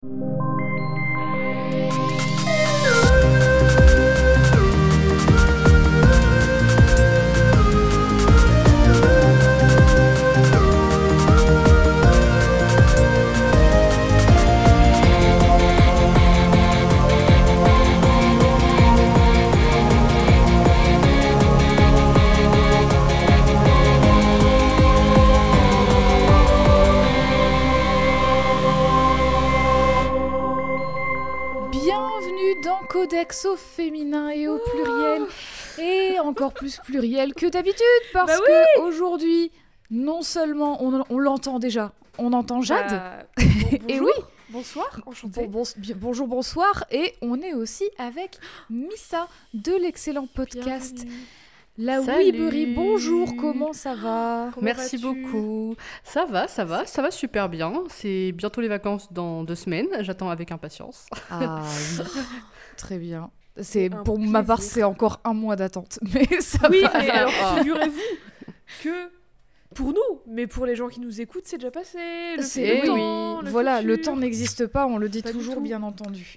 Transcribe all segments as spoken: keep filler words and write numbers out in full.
Codex au féminin et au pluriel, et encore plus pluriel que d'habitude, parce bah que oui aujourd'hui, non seulement on, on l'entend déjà, on entend Jade, bah, bon, bonjour, et oui, bonsoir, enchantée. Bon, bon, bonjour, bonsoir, et on est aussi avec Missa de l'excellent podcast Bienvenue. La Salut. Weebery. Bonjour, comment ça va? Comment Merci vas-tu? beaucoup. Ça va, ça va, ça va super bien. C'est bientôt les vacances dans deux semaines. J'attends avec impatience. Ah oui, très bien. C'est, Un pour ma part, plaisir. c'est encore un mois d'attente, mais ça Oui, va. mais alors Ah. figurez-vous que pour nous, mais pour les gens qui nous écoutent, c'est déjà passé. Le, C'est- le oui. temps, le Voilà, futur. le temps n'existe pas, on le dit Pas du toujours, tout. bien entendu.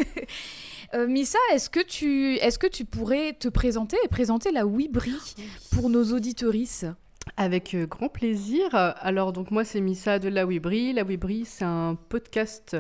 Euh, Missa, est-ce que, tu, est-ce que tu pourrais te présenter et présenter la Weebery pour nos auditorices? Avec euh, grand plaisir. Alors, donc, moi, c'est Missa de La Weebery. La Weebery, c'est un podcast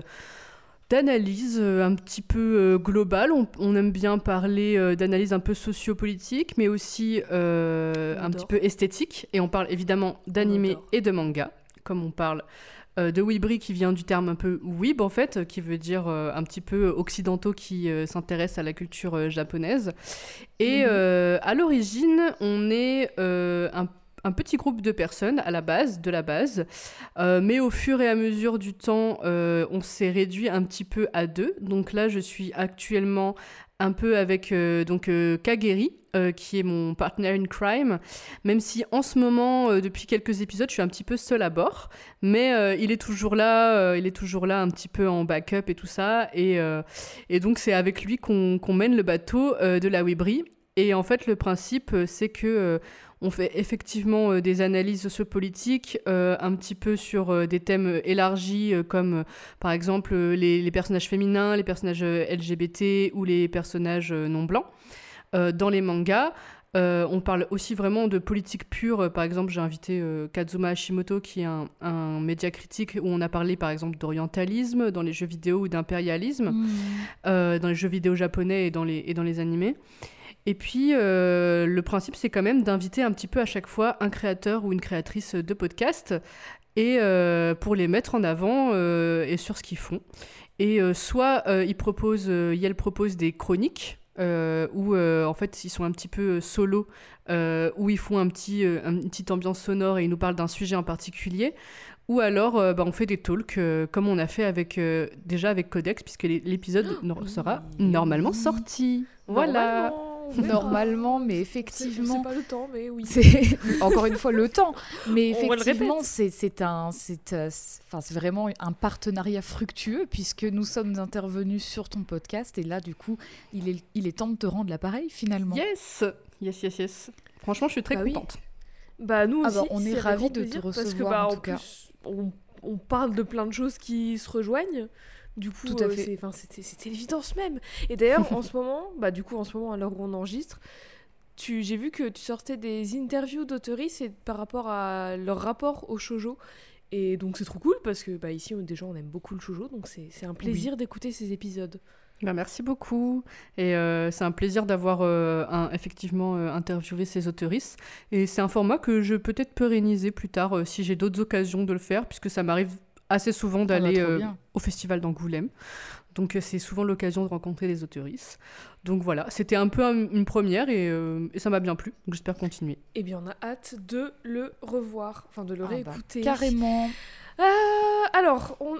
d'analyse euh, un petit peu euh, global. On, on aime bien parler euh, d'analyse un peu sociopolitique, mais aussi euh, On un adore. petit peu esthétique. Et on parle évidemment d'animé adore. et de manga, comme on parle euh, de Weebery, qui vient du terme un peu weeb, en fait, qui veut dire euh, un petit peu occidentaux qui euh, s'intéressent à la culture euh, japonaise. Et Mhm. euh, à l'origine, on est euh, un un petit groupe de personnes à la base, de la base, Euh, mais au fur et à mesure du temps, euh, on s'est réduit un petit peu à deux. Donc là, je suis actuellement un peu avec euh, donc euh, Kageri, euh, qui est mon partner in crime, même si en ce moment, euh, depuis quelques épisodes, je suis un petit peu seule à bord, mais euh, il est toujours là, euh, il est toujours là un petit peu en backup et tout ça, et, euh, et donc c'est avec lui qu'on, qu'on mène le bateau euh, de la Weebery. Et en fait, le principe, euh, c'est que euh, on fait effectivement euh, des analyses sociopolitiques, euh, un petit peu sur euh, des thèmes euh, élargis, euh, comme euh, par exemple euh, les, les personnages féminins, les personnages euh, L G B T ou les personnages euh, non blancs. Euh, dans les mangas, euh, on parle aussi vraiment de politique pure. Euh, Par exemple, j'ai invité euh, Kazuma Hashimoto, qui est un, un média critique où on a parlé par exemple d'orientalisme dans les jeux vidéo ou d'impérialisme, Mmh. euh, dans les jeux vidéo japonais et dans les, et dans les animés. Et puis, euh, le principe, c'est quand même d'inviter un petit peu à chaque fois un créateur ou une créatrice de podcast et euh, pour les mettre en avant euh, et sur ce qu'ils font. Et euh, soit euh, ils proposent, euh, Yel propose des chroniques euh, où euh, en fait ils sont un petit peu solo, euh, où ils font un petit, euh, une petite ambiance sonore et ils nous parlent d'un sujet en particulier. Ou alors, euh, bah, on fait des talks, euh, comme on a fait avec, euh, déjà avec Codex, puisque l'é- l'épisode Oh, no- oui. sera normalement sorti. Voilà. Normalement, on verra. Normalement, mais C'est- effectivement, C'est pas le temps, mais oui. c'est encore une fois le temps. Mais On le effectivement, répète. c'est, c'est, un, c'est, euh, c'est- enfin, c'est vraiment un partenariat fructueux puisque nous sommes intervenus sur ton podcast et là, du coup, il est, il est temps de te rendre l'appareil finalement. Yes, yes, yes, yes. Franchement, je suis très Bah oui. contente. Bah nous Ah aussi, bah, on est c'est avec ravis grand de te plaisir, parce que recevoir, bah en en, tout cas. plus on, on parle de plein de choses qui se rejoignent. Du coup, Tout à euh, fait. c'est, enfin, c'était, c'était l'évidence même. Et d'ailleurs, en ce moment, bah du coup, en ce moment, à l'heure où on enregistre, tu, j'ai vu que tu sortais des interviews d'auteuristes et par rapport à leur rapport au shoujo. Et donc c'est trop cool parce que bah ici, on, déjà, on aime beaucoup le shoujo, donc c'est, c'est un plaisir d'écouter ces épisodes. Bah, merci beaucoup. Et euh, c'est un plaisir d'avoir euh, un- effectivement euh, interviewé ces autoristes. Et c'est un format que je peux peut-être pérenniser plus tard euh, si j'ai d'autres occasions de le faire, puisque ça m'arrive assez souvent bah, d'aller trop euh, bien. au festival d'Angoulême. Donc euh, c'est souvent l'occasion de rencontrer des autoristes. Donc voilà, c'était un peu un- une première et, euh, et ça m'a bien plu. Donc j'espère continuer. Et bien, on a hâte de le revoir, enfin de le Ah bah, réécouter. carrément. Euh, alors, on...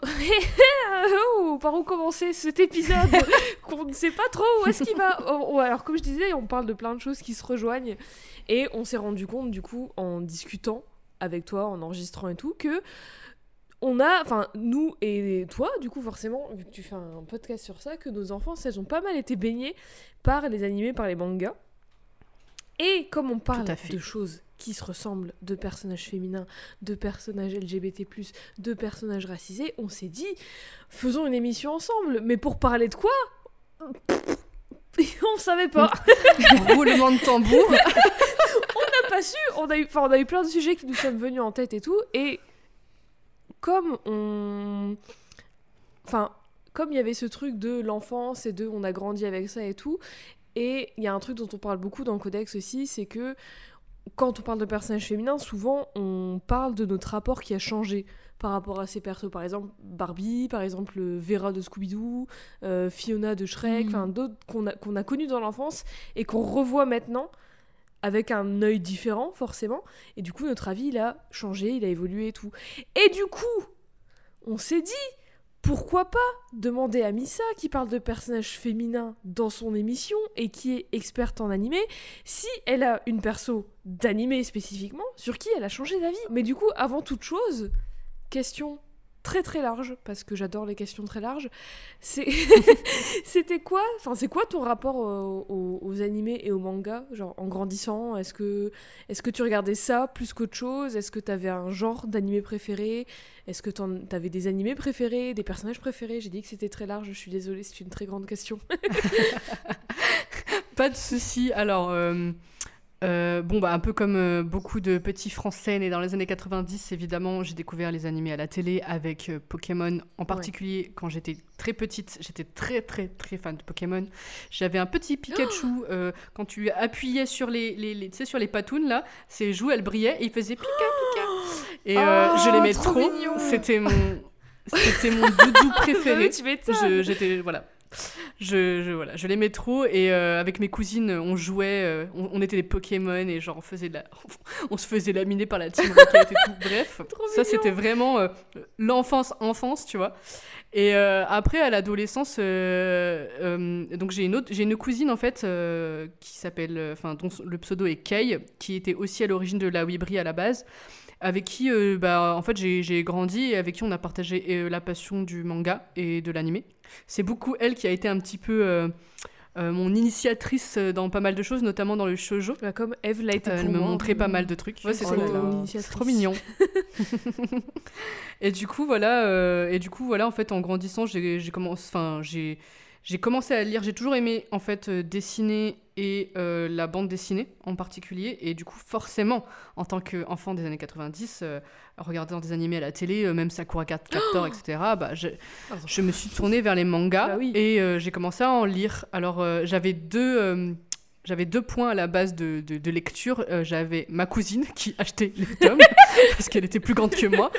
oh, par où commencer cet épisode qu'on ne sait pas trop où est-ce qu'il va. Oh, oh, alors, comme je disais, on parle de plein de choses qui se rejoignent et on s'est rendu compte, du coup, en discutant avec toi, en enregistrant et tout, que on a, enfin, nous et toi, du coup, forcément, vu que tu fais un podcast sur ça, que nos enfants, elles ont pas mal été baignées par les animés, par les mangas. Et comme on parle Tout à fait. de choses qui se ressemblent, de personnages féminins, de personnages L G B T plus, de personnages racisés, on s'est dit, faisons une émission ensemble. Mais pour parler de quoi ? On savait pas. Roulement de tambour. On n'a pas su. On a, eu, on a eu plein de sujets qui nous sont venus en tête et tout. Et comme on... Enfin, comme il y avait ce truc de l'enfance et de on a grandi avec ça et tout, et il y a un truc dont on parle beaucoup dans le codex aussi, c'est que quand on parle de personnages féminins, souvent on parle de notre rapport qui a changé par rapport à ces persos. Par exemple, Barbie, par exemple Vera de Scooby-Doo, euh, Fiona de Shrek, enfin Mm. d'autres qu'on a, qu'on a connus dans l'enfance et qu'on revoit maintenant avec un œil différent, forcément. Et du coup, notre avis, il a changé, il a évolué et tout. Et du coup, on s'est dit, pourquoi pas demander à Missa, qui parle de personnages féminins dans son émission et qui est experte en animé, si elle a une perso d'animé spécifiquement, sur qui elle a changé d'avis. Mais du coup, avant toute chose, question très très large, parce que j'adore les questions très larges, c'est... c'était quoi, enfin c'est quoi ton rapport aux, aux, aux animés et aux mangas, genre en grandissant, est-ce que, est-ce que tu regardais ça plus qu'autre chose, est-ce que t'avais un genre d'animé préféré, est-ce que t'en, t'avais des animés préférés, des personnages préférés? J'ai dit que c'était très large, je suis désolée, c'est une très grande question. Pas de souci. Alors, euh, euh, bon, bah, un peu comme euh, beaucoup de petits Français nés dans les années quatre-vingt-dix, évidemment, j'ai découvert les animés à la télé avec euh, Pokémon. En particulier, ouais. Quand j'étais très petite, j'étais très, très, très fan de Pokémon. J'avais un petit Pikachu. Oh euh, quand tu appuyais sur les, les, les, tu sais, sur les patounes, là, ses joues, elles brillaient et il faisait Pika, Pika. Et euh, oh, je l'aimais trop. trop. Mignon. C'était mon, c'était mon doudou préféré. Tu m'étonnes. Je, j'étais, voilà. Je, je, voilà, je l'aimais trop et euh, avec mes cousines on jouait, euh, on, on était des Pokémon et genre on, faisait de la, on se faisait laminer par la Team Rocket et tout, bref, trop ça mignon. C'était vraiment euh, l'enfance, enfance, tu vois. Et euh, après à l'adolescence, euh, euh, donc j'ai une, autre, j'ai une cousine en fait euh, qui s'appelle, enfin dont le pseudo est Kay, qui était aussi à l'origine de la Wibri à la base, avec qui euh, bah, en fait j'ai, j'ai grandi et avec qui on a partagé euh, la passion du manga et de l'animé. C'est beaucoup elle qui a été un petit peu euh, euh, mon initiatrice dans pas mal de choses, notamment dans le shoujo. Bah, comme Eve l'a été euh, pour Elle me moi. montrait pas mal de trucs. Ouais, c'est trop, trop, c'est trop mignon. Et du coup voilà, euh, et du coup voilà en fait en grandissant j'ai, j'ai commencé, enfin j'ai J'ai commencé à lire, j'ai toujours aimé en fait euh, dessiner et euh, la bande dessinée en particulier, et du coup forcément en tant qu'enfant des années quatre-vingt-dix, euh, regardant des animés à la télé, euh, même Sakura Card Captor, et cetera, bah, je, je me suis tournée vers les mangas bah oui. et euh, j'ai commencé à en lire. Alors euh, j'avais deux... Euh, J'avais deux points à la base de, de, de lecture. Euh, j'avais ma cousine qui achetait les tomes parce qu'elle était plus grande que moi.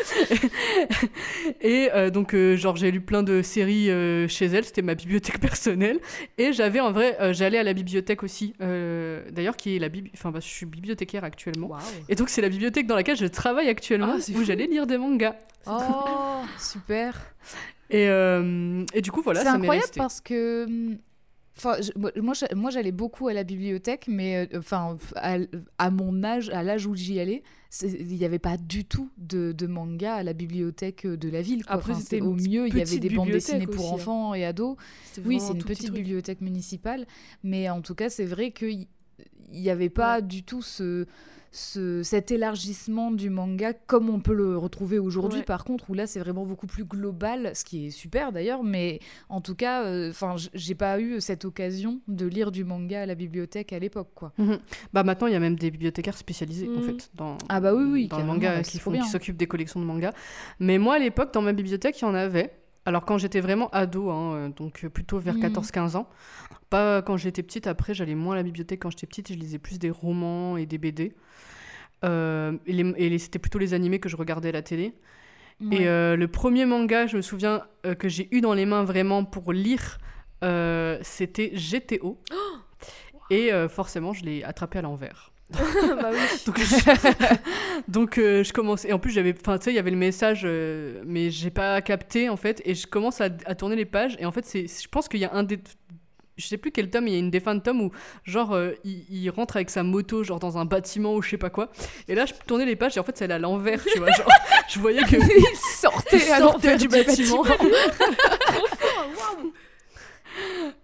Et euh, donc, euh, genre, j'ai lu plein de séries euh, chez elle. C'était ma bibliothèque personnelle. Et j'avais en vrai, euh, j'allais à la bibliothèque aussi. Euh, d'ailleurs, qui est la bibli... Enfin, bah, je suis bibliothécaire actuellement. Wow. Et donc, c'est la bibliothèque dans laquelle je travaille actuellement, Ah, c'est où fou. j'allais lire des mangas. Oh, super. Et, euh, et du coup, voilà, c'est ça m'est incroyable resté. parce que enfin je- moi moi, j'a- moi, j'allais beaucoup à la bibliothèque, mais euh, enfin à, à mon âge, à l'âge où j'y allais, c'est- il n'y avait pas du tout de, de manga à la bibliothèque de la ville, quoi. Après, Enfin, c'était c'est- au une mieux il y avait petite des bandes dessinées bibliothèque pour aussi, hein. enfants et ados. C'était Oui, vraiment c'est un une tout petit petite truc. bibliothèque municipale, mais en tout cas, c'est vrai qu'il n'y avait pas du tout ce, ce- cet élargissement du manga comme on peut le retrouver aujourd'hui, Ouais. par contre, où là, c'est vraiment beaucoup plus global, ce qui est super d'ailleurs, mais en tout cas, euh, enfin, j- j'ai pas eu cette occasion de lire du manga à la bibliothèque à l'époque, quoi. Mhm. Bah maintenant il y a même des bibliothécaires spécialisés en Mhm. fait dans, Ah bah oui, oui, dans le carrément, manga bah, qui, c'est font, trop bien. qui s'occupent des collections de mangas. Mais moi à l'époque dans ma bibliothèque il y en avait. Alors quand j'étais vraiment ado, hein, euh, donc euh, plutôt vers Mhm. quatorze quinze ans. Pas quand j'étais petite, après j'allais moins à la bibliothèque quand j'étais petite et je lisais plus des romans et des B D. Euh, et les- et les- c'était plutôt les animés que je regardais à la télé. Ouais. Et euh, le premier manga, je me souviens, euh, que j'ai eu dans les mains vraiment pour lire, euh, c'était G T O. Et euh, forcément, je l'ai attrapé à l'envers. Bah oui. Donc, je, donc, euh, je commence. Et en plus, j'avais, enfin, tu sais, il y avait le message, euh, mais j'ai pas capté en fait. Et je commence à, à tourner les pages. Et en fait, c'est, je pense qu'il y a un des. Je sais plus quel tome, il y a une des fins de tome où, genre, euh, il, il rentre avec sa moto, genre, dans un bâtiment ou je sais pas quoi. Et là, je tournais les pages et en fait, c'est à l'envers, tu vois. Genre, je voyais que. Il sortait il à sortait l'envers du du bâtiment. Waouh. Et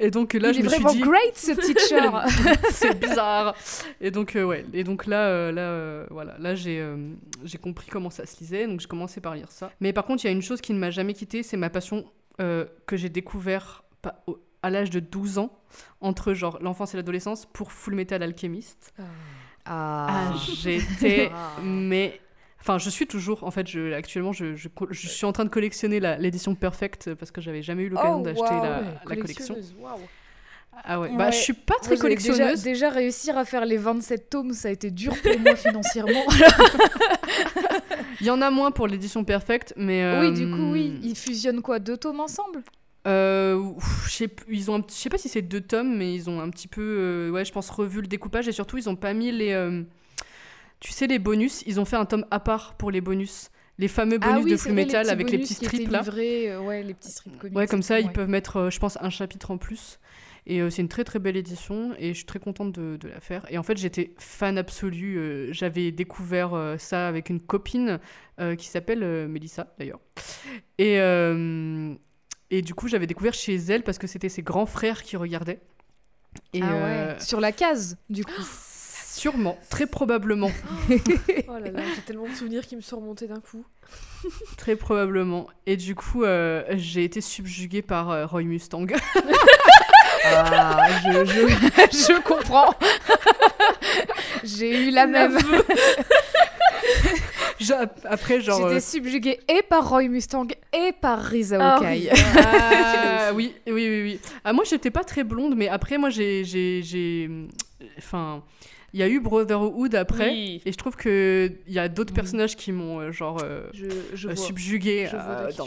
Et donc là, Il je est me suis vraiment dit... great, ce teacher. C'est bizarre. Et donc, euh, ouais. Et donc là, euh, là, euh, voilà. Là, j'ai, euh, j'ai compris comment ça se lisait. Donc, j'ai commencé par lire ça. Mais par contre, il y a une chose qui ne m'a jamais quittée, c'est ma passion euh, que j'ai découvert pas, au, à l'âge de douze ans, entre genre l'enfance et l'adolescence, pour Full Metal Alchemist. Ah. Ah, j'étais... mais... Enfin, je suis toujours, en fait, je, actuellement, je, je, je suis en train de collectionner la, l'édition Perfect parce que j'avais jamais eu l'occasion Oh, d'acheter wow, la, ouais, la collection. Waouh. Ah ouais, Ouais. bah je suis pas très Moi, j'avais collectionneuse. Déjà, déjà réussir à faire les vingt-sept tomes, ça a été dur pour moi financièrement. Il y en a moins pour l'édition Perfect, mais... Euh, Oui, du coup, oui. Ils fusionnent quoi, deux tomes ensemble? euh, ouf, je sais p- ils ont un petit- je sais pas si c'est deux tomes, mais ils ont un petit peu, euh, ouais, je pense, revu le découpage et surtout, ils ont pas mis les... euh, tu sais, les bonus, ils ont fait un tome à part pour les bonus. Les fameux bonus Ah oui, de c'est Full vrai, Metal petits avec les bonus petits qui étaient strips là. livrés, euh, ouais, les petits strips comics. Ouais, comme ça, ils ouais. peuvent mettre, euh, je pense, un chapitre en plus. Et euh, c'est une très très belle édition et je suis très contente de, de la faire. Et en fait, j'étais fan absolue. euh, j'avais découvert euh, ça avec une copine euh, qui s'appelle euh, Mélissa d'ailleurs. Et, euh, et du coup, j'avais découvert chez elle parce que c'était ses grands frères qui regardaient. Et, Ah ouais. euh, Sur la case, du coup. sûrement, très probablement, Oh là là, j'ai tellement de souvenirs qui me sont remontés d'un coup. très probablement. Et du coup, euh, j'ai été subjuguée par euh, Roy Mustang. Ah, je, je, je comprends. J'ai eu la même. J'a- Après, genre. J'étais euh, subjuguée et par Roy Mustang et par Risa Ah Okai. oui. Ah, oui, oui, oui, oui. Ah, moi, j'étais pas très blonde, mais après, moi, j'ai, j'ai, j'ai... Enfin, il y a eu Brotherhood après, Oui. et je trouve que il y a d'autres Mm. personnages qui m'ont euh, genre euh, Je, je euh, vois. subjuguée. Je vois euh, de qui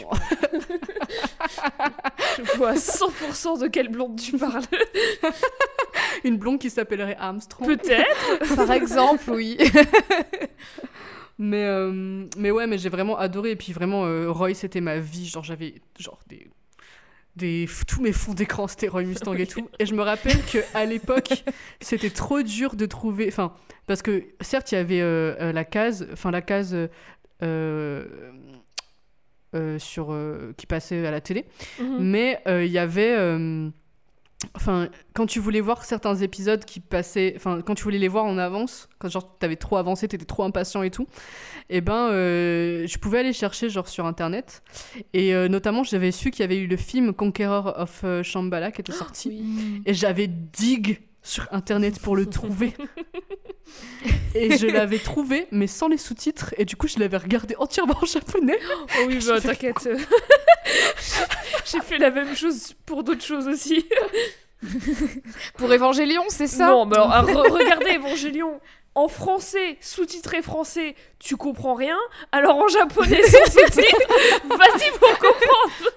dans- tu Je vois à cent pour cent de quelle blonde tu parles. Une blonde qui s'appellerait Armstrong. Peut-être. Par exemple, oui. Mais, euh, mais ouais, mais j'ai vraiment adoré. Et puis vraiment, euh, Roy, c'était ma vie. Genre, j'avais genre des, des, tous mes fonds d'écran, c'était Roy Mustang et tout. Et je me rappelle qu'à l'époque, c'était trop dur de trouver... Enfin, parce que certes, il y avait euh, euh, la case... Enfin, la case... Euh, euh, sur, euh, qui passait à la télé. Mhm. Mais euh, il y avait... euh, Enfin, quand tu voulais voir certains épisodes qui passaient... Enfin, quand tu voulais les voir en avance, quand genre t'avais trop avancé, t'étais trop impatient et tout, et ben, euh, je pouvais aller chercher genre sur Internet. Et euh, notamment, j'avais su qu'il y avait eu le film Conqueror of euh, Shambhala qui était sorti. Oui. Et j'avais dig sur Internet pour le trouver. Et je l'avais trouvé, mais sans les sous-titres. Et du coup, je l'avais regardé entièrement en japonais. Oh oui, bah t'inquiète. J'ai fait la même chose pour d'autres choses aussi. Pour Évangélion, c'est ça? Non, mais alors, alors, re- regardez Évangélion en français, sous-titré français, tu comprends rien. Alors en japonais, sous-titré, vas-y pour comprendre.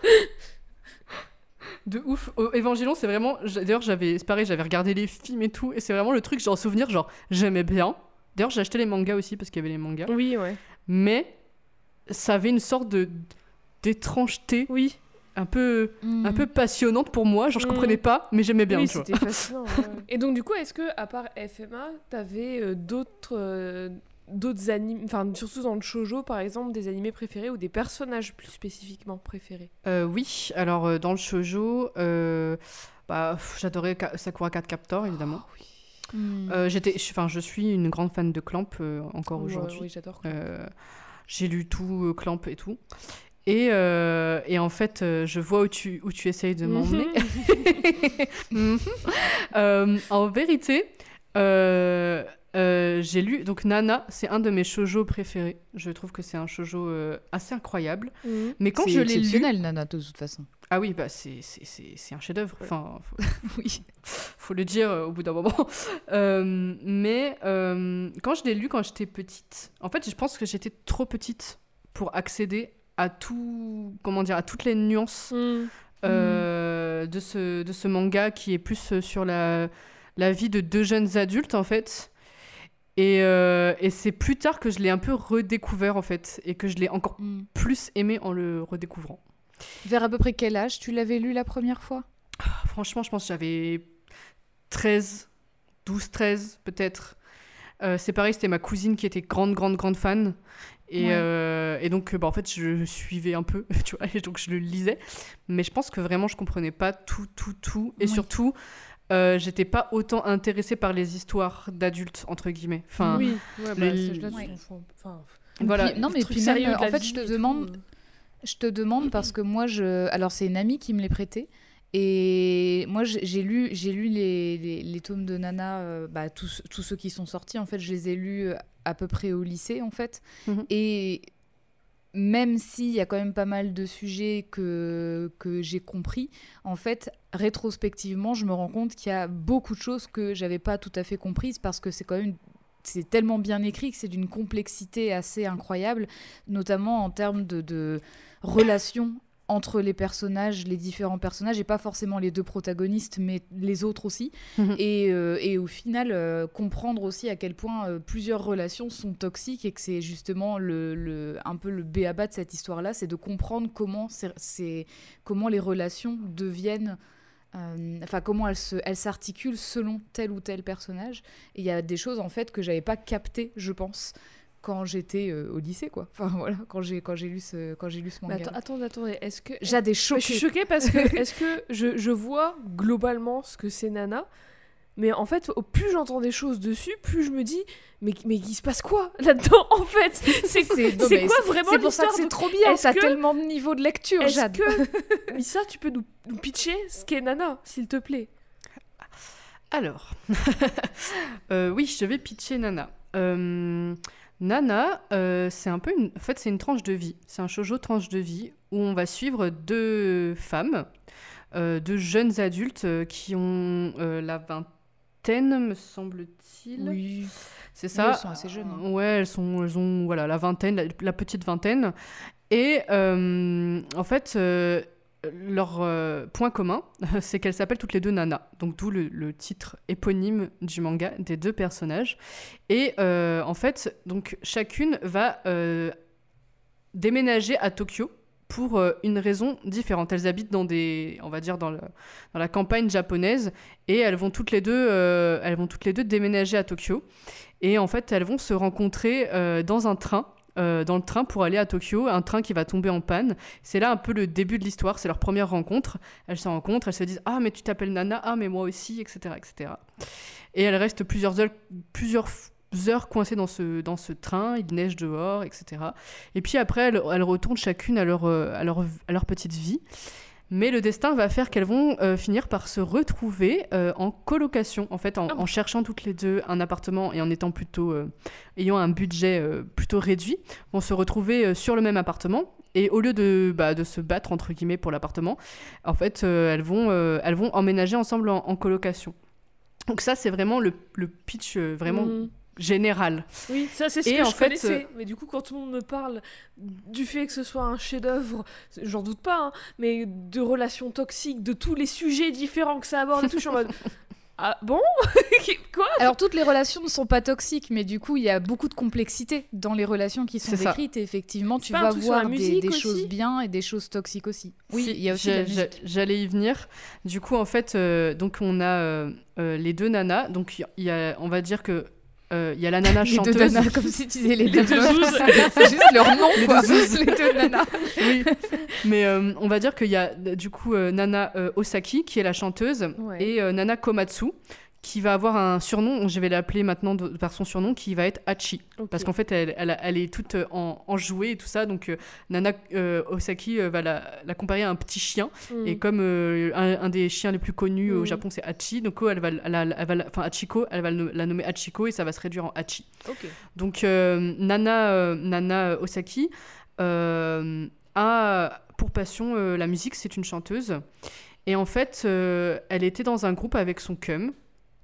De ouf. Au Évangélion, c'est vraiment... j'a- D'ailleurs, j'avais... c'est pareil, j'avais regardé les films et tout. Et c'est vraiment le truc, j'ai en souvenir, genre, j'aimais bien. D'ailleurs, j'ai acheté les mangas aussi parce qu'il y avait les mangas. Oui, ouais. Mais ça avait une sorte de d'étrangeté Oui. un peu Mm. un peu passionnante pour moi, genre je Mm. comprenais pas mais j'aimais bien, oui, tu vois. c'était fascinant. ouais. Et donc du coup, est-ce que à part F M A, t'avais euh, d'autres euh, d'autres animes, enfin surtout dans le shoujo par exemple, des animés préférés ou des personnages plus spécifiquement préférés? Euh, oui, alors euh, dans le shoujo euh, bah, pff, j'adorais Ka- Sakura Card Captor évidemment. Mm. Euh, j'étais enfin je suis une grande fan de Clamp euh, encore Ouais, aujourd'hui. oui, j'adore. Euh, j'ai lu tout euh, Clamp et tout. Et, euh, et en fait, euh, je vois où tu, où tu essayes de m'emmener. Mhm. Euh, en vérité, euh, euh, j'ai lu... Donc Nana, c'est un de mes shoujo préférés. Je trouve que c'est un shoujo euh, assez incroyable. Mhm. Mais quand C'est je l'ai lu... exceptionnel, Nana, de toute façon. Ah oui, bah c'est, c'est, c'est, c'est un chef-d'œuvre. Enfin, faut, Oui. faut le dire euh, au bout d'un moment. Euh, mais euh, quand je l'ai lu quand j'étais petite, en fait, je pense que j'étais trop petite pour accéder à tout, comment dire, à toutes les nuances Mhm. euh, de ce de ce manga qui est plus euh, sur la la vie de deux jeunes adultes en fait. Et, euh, et c'est plus tard que je l'ai un peu redécouvert en fait et que je l'ai encore Mm. plus aimé en le redécouvrant. Vers à peu près quel âge tu l'avais lu la première fois? Franchement, je pense que j'avais treize, douze, treize peut-être. Euh, c'est pareil, c'était ma cousine qui était grande, grande, grande fan. Et, Ouais. euh, et donc, bah, en fait, je suivais un peu, tu vois, et donc je le lisais. Mais je pense que vraiment, je comprenais pas tout, tout, tout. Et Oui. surtout, euh, j'étais pas autant intéressée par les histoires d'adultes, entre guillemets. Enfin, oui, ouais, bah, les- c'est- là, Ouais. tu confonds- enfin, voilà. Puis- non, les mais trucs puis même, sérieux de en la fait, vie je te et tout, demande, euh. je te demande parce que moi, je, alors c'est une amie qui me les prêtait. Et moi, j'ai j'ai lu, j'ai lu les, les, les tomes de Nana, euh, bah, tous, tous ceux qui sont sortis. En fait, je les ai lus euh, à peu près au lycée, en fait. Mhm. Et même s'il y a quand même pas mal de sujets que, que j'ai compris, en fait, rétrospectivement, je me rends compte qu'il y a beaucoup de choses que j'avais pas tout à fait comprises parce que c'est quand même c'est tellement bien écrit que c'est d'une complexité assez incroyable, notamment en termes de, de relations entre les personnages, les différents personnages, et pas forcément les deux protagonistes, mais les autres aussi. Mhm. Et, euh, et au final, euh, comprendre aussi à quel point euh, plusieurs relations sont toxiques et que c'est justement le, le, un peu le b.a-ba de cette histoire-là, c'est de comprendre comment, c'est, c'est, comment les relations deviennent... euh, Enfin, comment elles, se, elles s'articulent selon tel ou tel personnage. Et il y a des choses, en fait, que j'avais pas captées, je pense, quand j'étais euh, au lycée, quoi. Enfin, voilà, quand j'ai, quand j'ai, lu, ce, quand j'ai lu ce Mais manga. attends, attendez, attendez, est-ce que... J'ai des Mais je suis choquée. choquée parce que est-ce que je, je vois globalement ce que c'est Nana, mais en fait, au plus j'entends des choses dessus, plus je me dis, mais, mais il se passe quoi là-dedans en fait? C'est, C'est- non, c'est mais quoi c'est- vraiment C'est pour ça que l'histoire c'est de- trop bien, Est-ce t'as que- tellement de niveau de lecture, Est-ce Jade. que, Lisa, tu peux nous, nous pitcher ce qu'est Nana, s'il te plaît? Alors, euh, oui, je vais pitcher Nana. Euh, Nana, euh, c'est un peu une... En fait, c'est une tranche de vie. C'est un shoujo tranche de vie où on va suivre deux femmes, euh, deux jeunes adultes euh, qui ont euh, la vingtaine, me semble-t-il. Oui. C'est ça. elles sont assez jeunes, hein. Ouais, elles sont, elles ont voilà, la vingtaine, la, la petite vingtaine. Et euh, en fait, euh, leur euh, point commun, c'est qu'elles s'appellent toutes les deux Nana. Donc d'où le, le titre éponyme du manga des deux personnages. Et euh, en fait, donc chacune va euh, déménager à Tokyo pour euh, une raison différente. Elles habitent dans des, on va dire dans, le, dans la campagne japonaise et elles vont toutes les deux, euh, elles vont toutes les deux déménager à Tokyo. Et en fait, elles vont se rencontrer euh, dans un train. Euh, dans le train pour aller à Tokyo, un train qui va tomber en panne. C'est là un peu le début de l'histoire, c'est leur première rencontre. Elles se rencontrent, elles se disent « Ah, mais tu t'appelles Nana, ah, mais moi aussi, et cetera et cetera » Et elles restent plusieurs heures, plusieurs heures coincées dans ce, dans ce train, il neige dehors, et cetera. Et puis après, elles, elles retournent chacune à leur, à, leur, à leur petite vie. Mais le destin va faire qu'elles vont euh, finir par se retrouver euh, en colocation, en fait, en, Oh. en cherchant toutes les deux un appartement et en étant plutôt, euh, ayant un budget euh, plutôt réduit, vont se retrouver euh, sur le même appartement. Et au lieu de, bah, de se battre, entre guillemets, pour l'appartement, en fait, euh, elles, vont, euh, elles vont emménager ensemble en, en colocation. Donc ça, c'est vraiment le, le pitch euh, vraiment Mhm. général. Oui, ça c'est ce Et que en je fait, connaissais. euh, Mais du coup, quand tout le monde me parle du fait que ce soit un chef-d'œuvre, j'en doute pas, hein, mais de relations toxiques, de tous les sujets différents que ça aborde et tout, je suis en mode ah bon quoi? Alors, toutes les relations ne sont pas toxiques, mais du coup, il y a beaucoup de complexité dans les relations qui sont C'est ça. décrites. Et effectivement, C'est tu pas un vas truc sur la voir des, musique des aussi choses bien et des choses toxiques aussi. Oui, Si, il y a aussi de j'a- la j'a- musique. J'allais y venir. Du coup, en fait, euh, donc on a euh, euh, les deux nanas. Donc il y, y a, on va dire que euh, il y a la nana Les deux chanteuse. nanas, comme si tu disais les, Les deux deux meufs. zouzes. C'est juste leur nom, Les quoi. deux zouzes. Les deux nanas. Oui. Mais euh, on va dire qu'il y a euh, du coup euh, Nana euh, Osaki qui est la chanteuse Ouais. et euh, Nana Komatsu qui va avoir un surnom. Je vais l'appeler maintenant de- par son surnom qui va être Hachi. Ok. Parce qu'en fait, elle, elle, a- elle est toute euh, en, enjouée et tout ça. Donc, euh, Nana euh, Osaki euh, va la, la comparer à un petit chien. Mm. Et comme euh, un, un des chiens les plus connus au Mhm. Japon, c'est Hachi, donc oh, elle va, elle, elle- elle va la- enfin Hachiko, elle va le- la nommer Hachiko et ça va se réduire en Hachi. Ok. Donc euh, Nana, euh, Nana Osaki euh, a pour passion euh, la musique, c'est une chanteuse. Et en fait, euh, elle était dans un groupe avec son cum.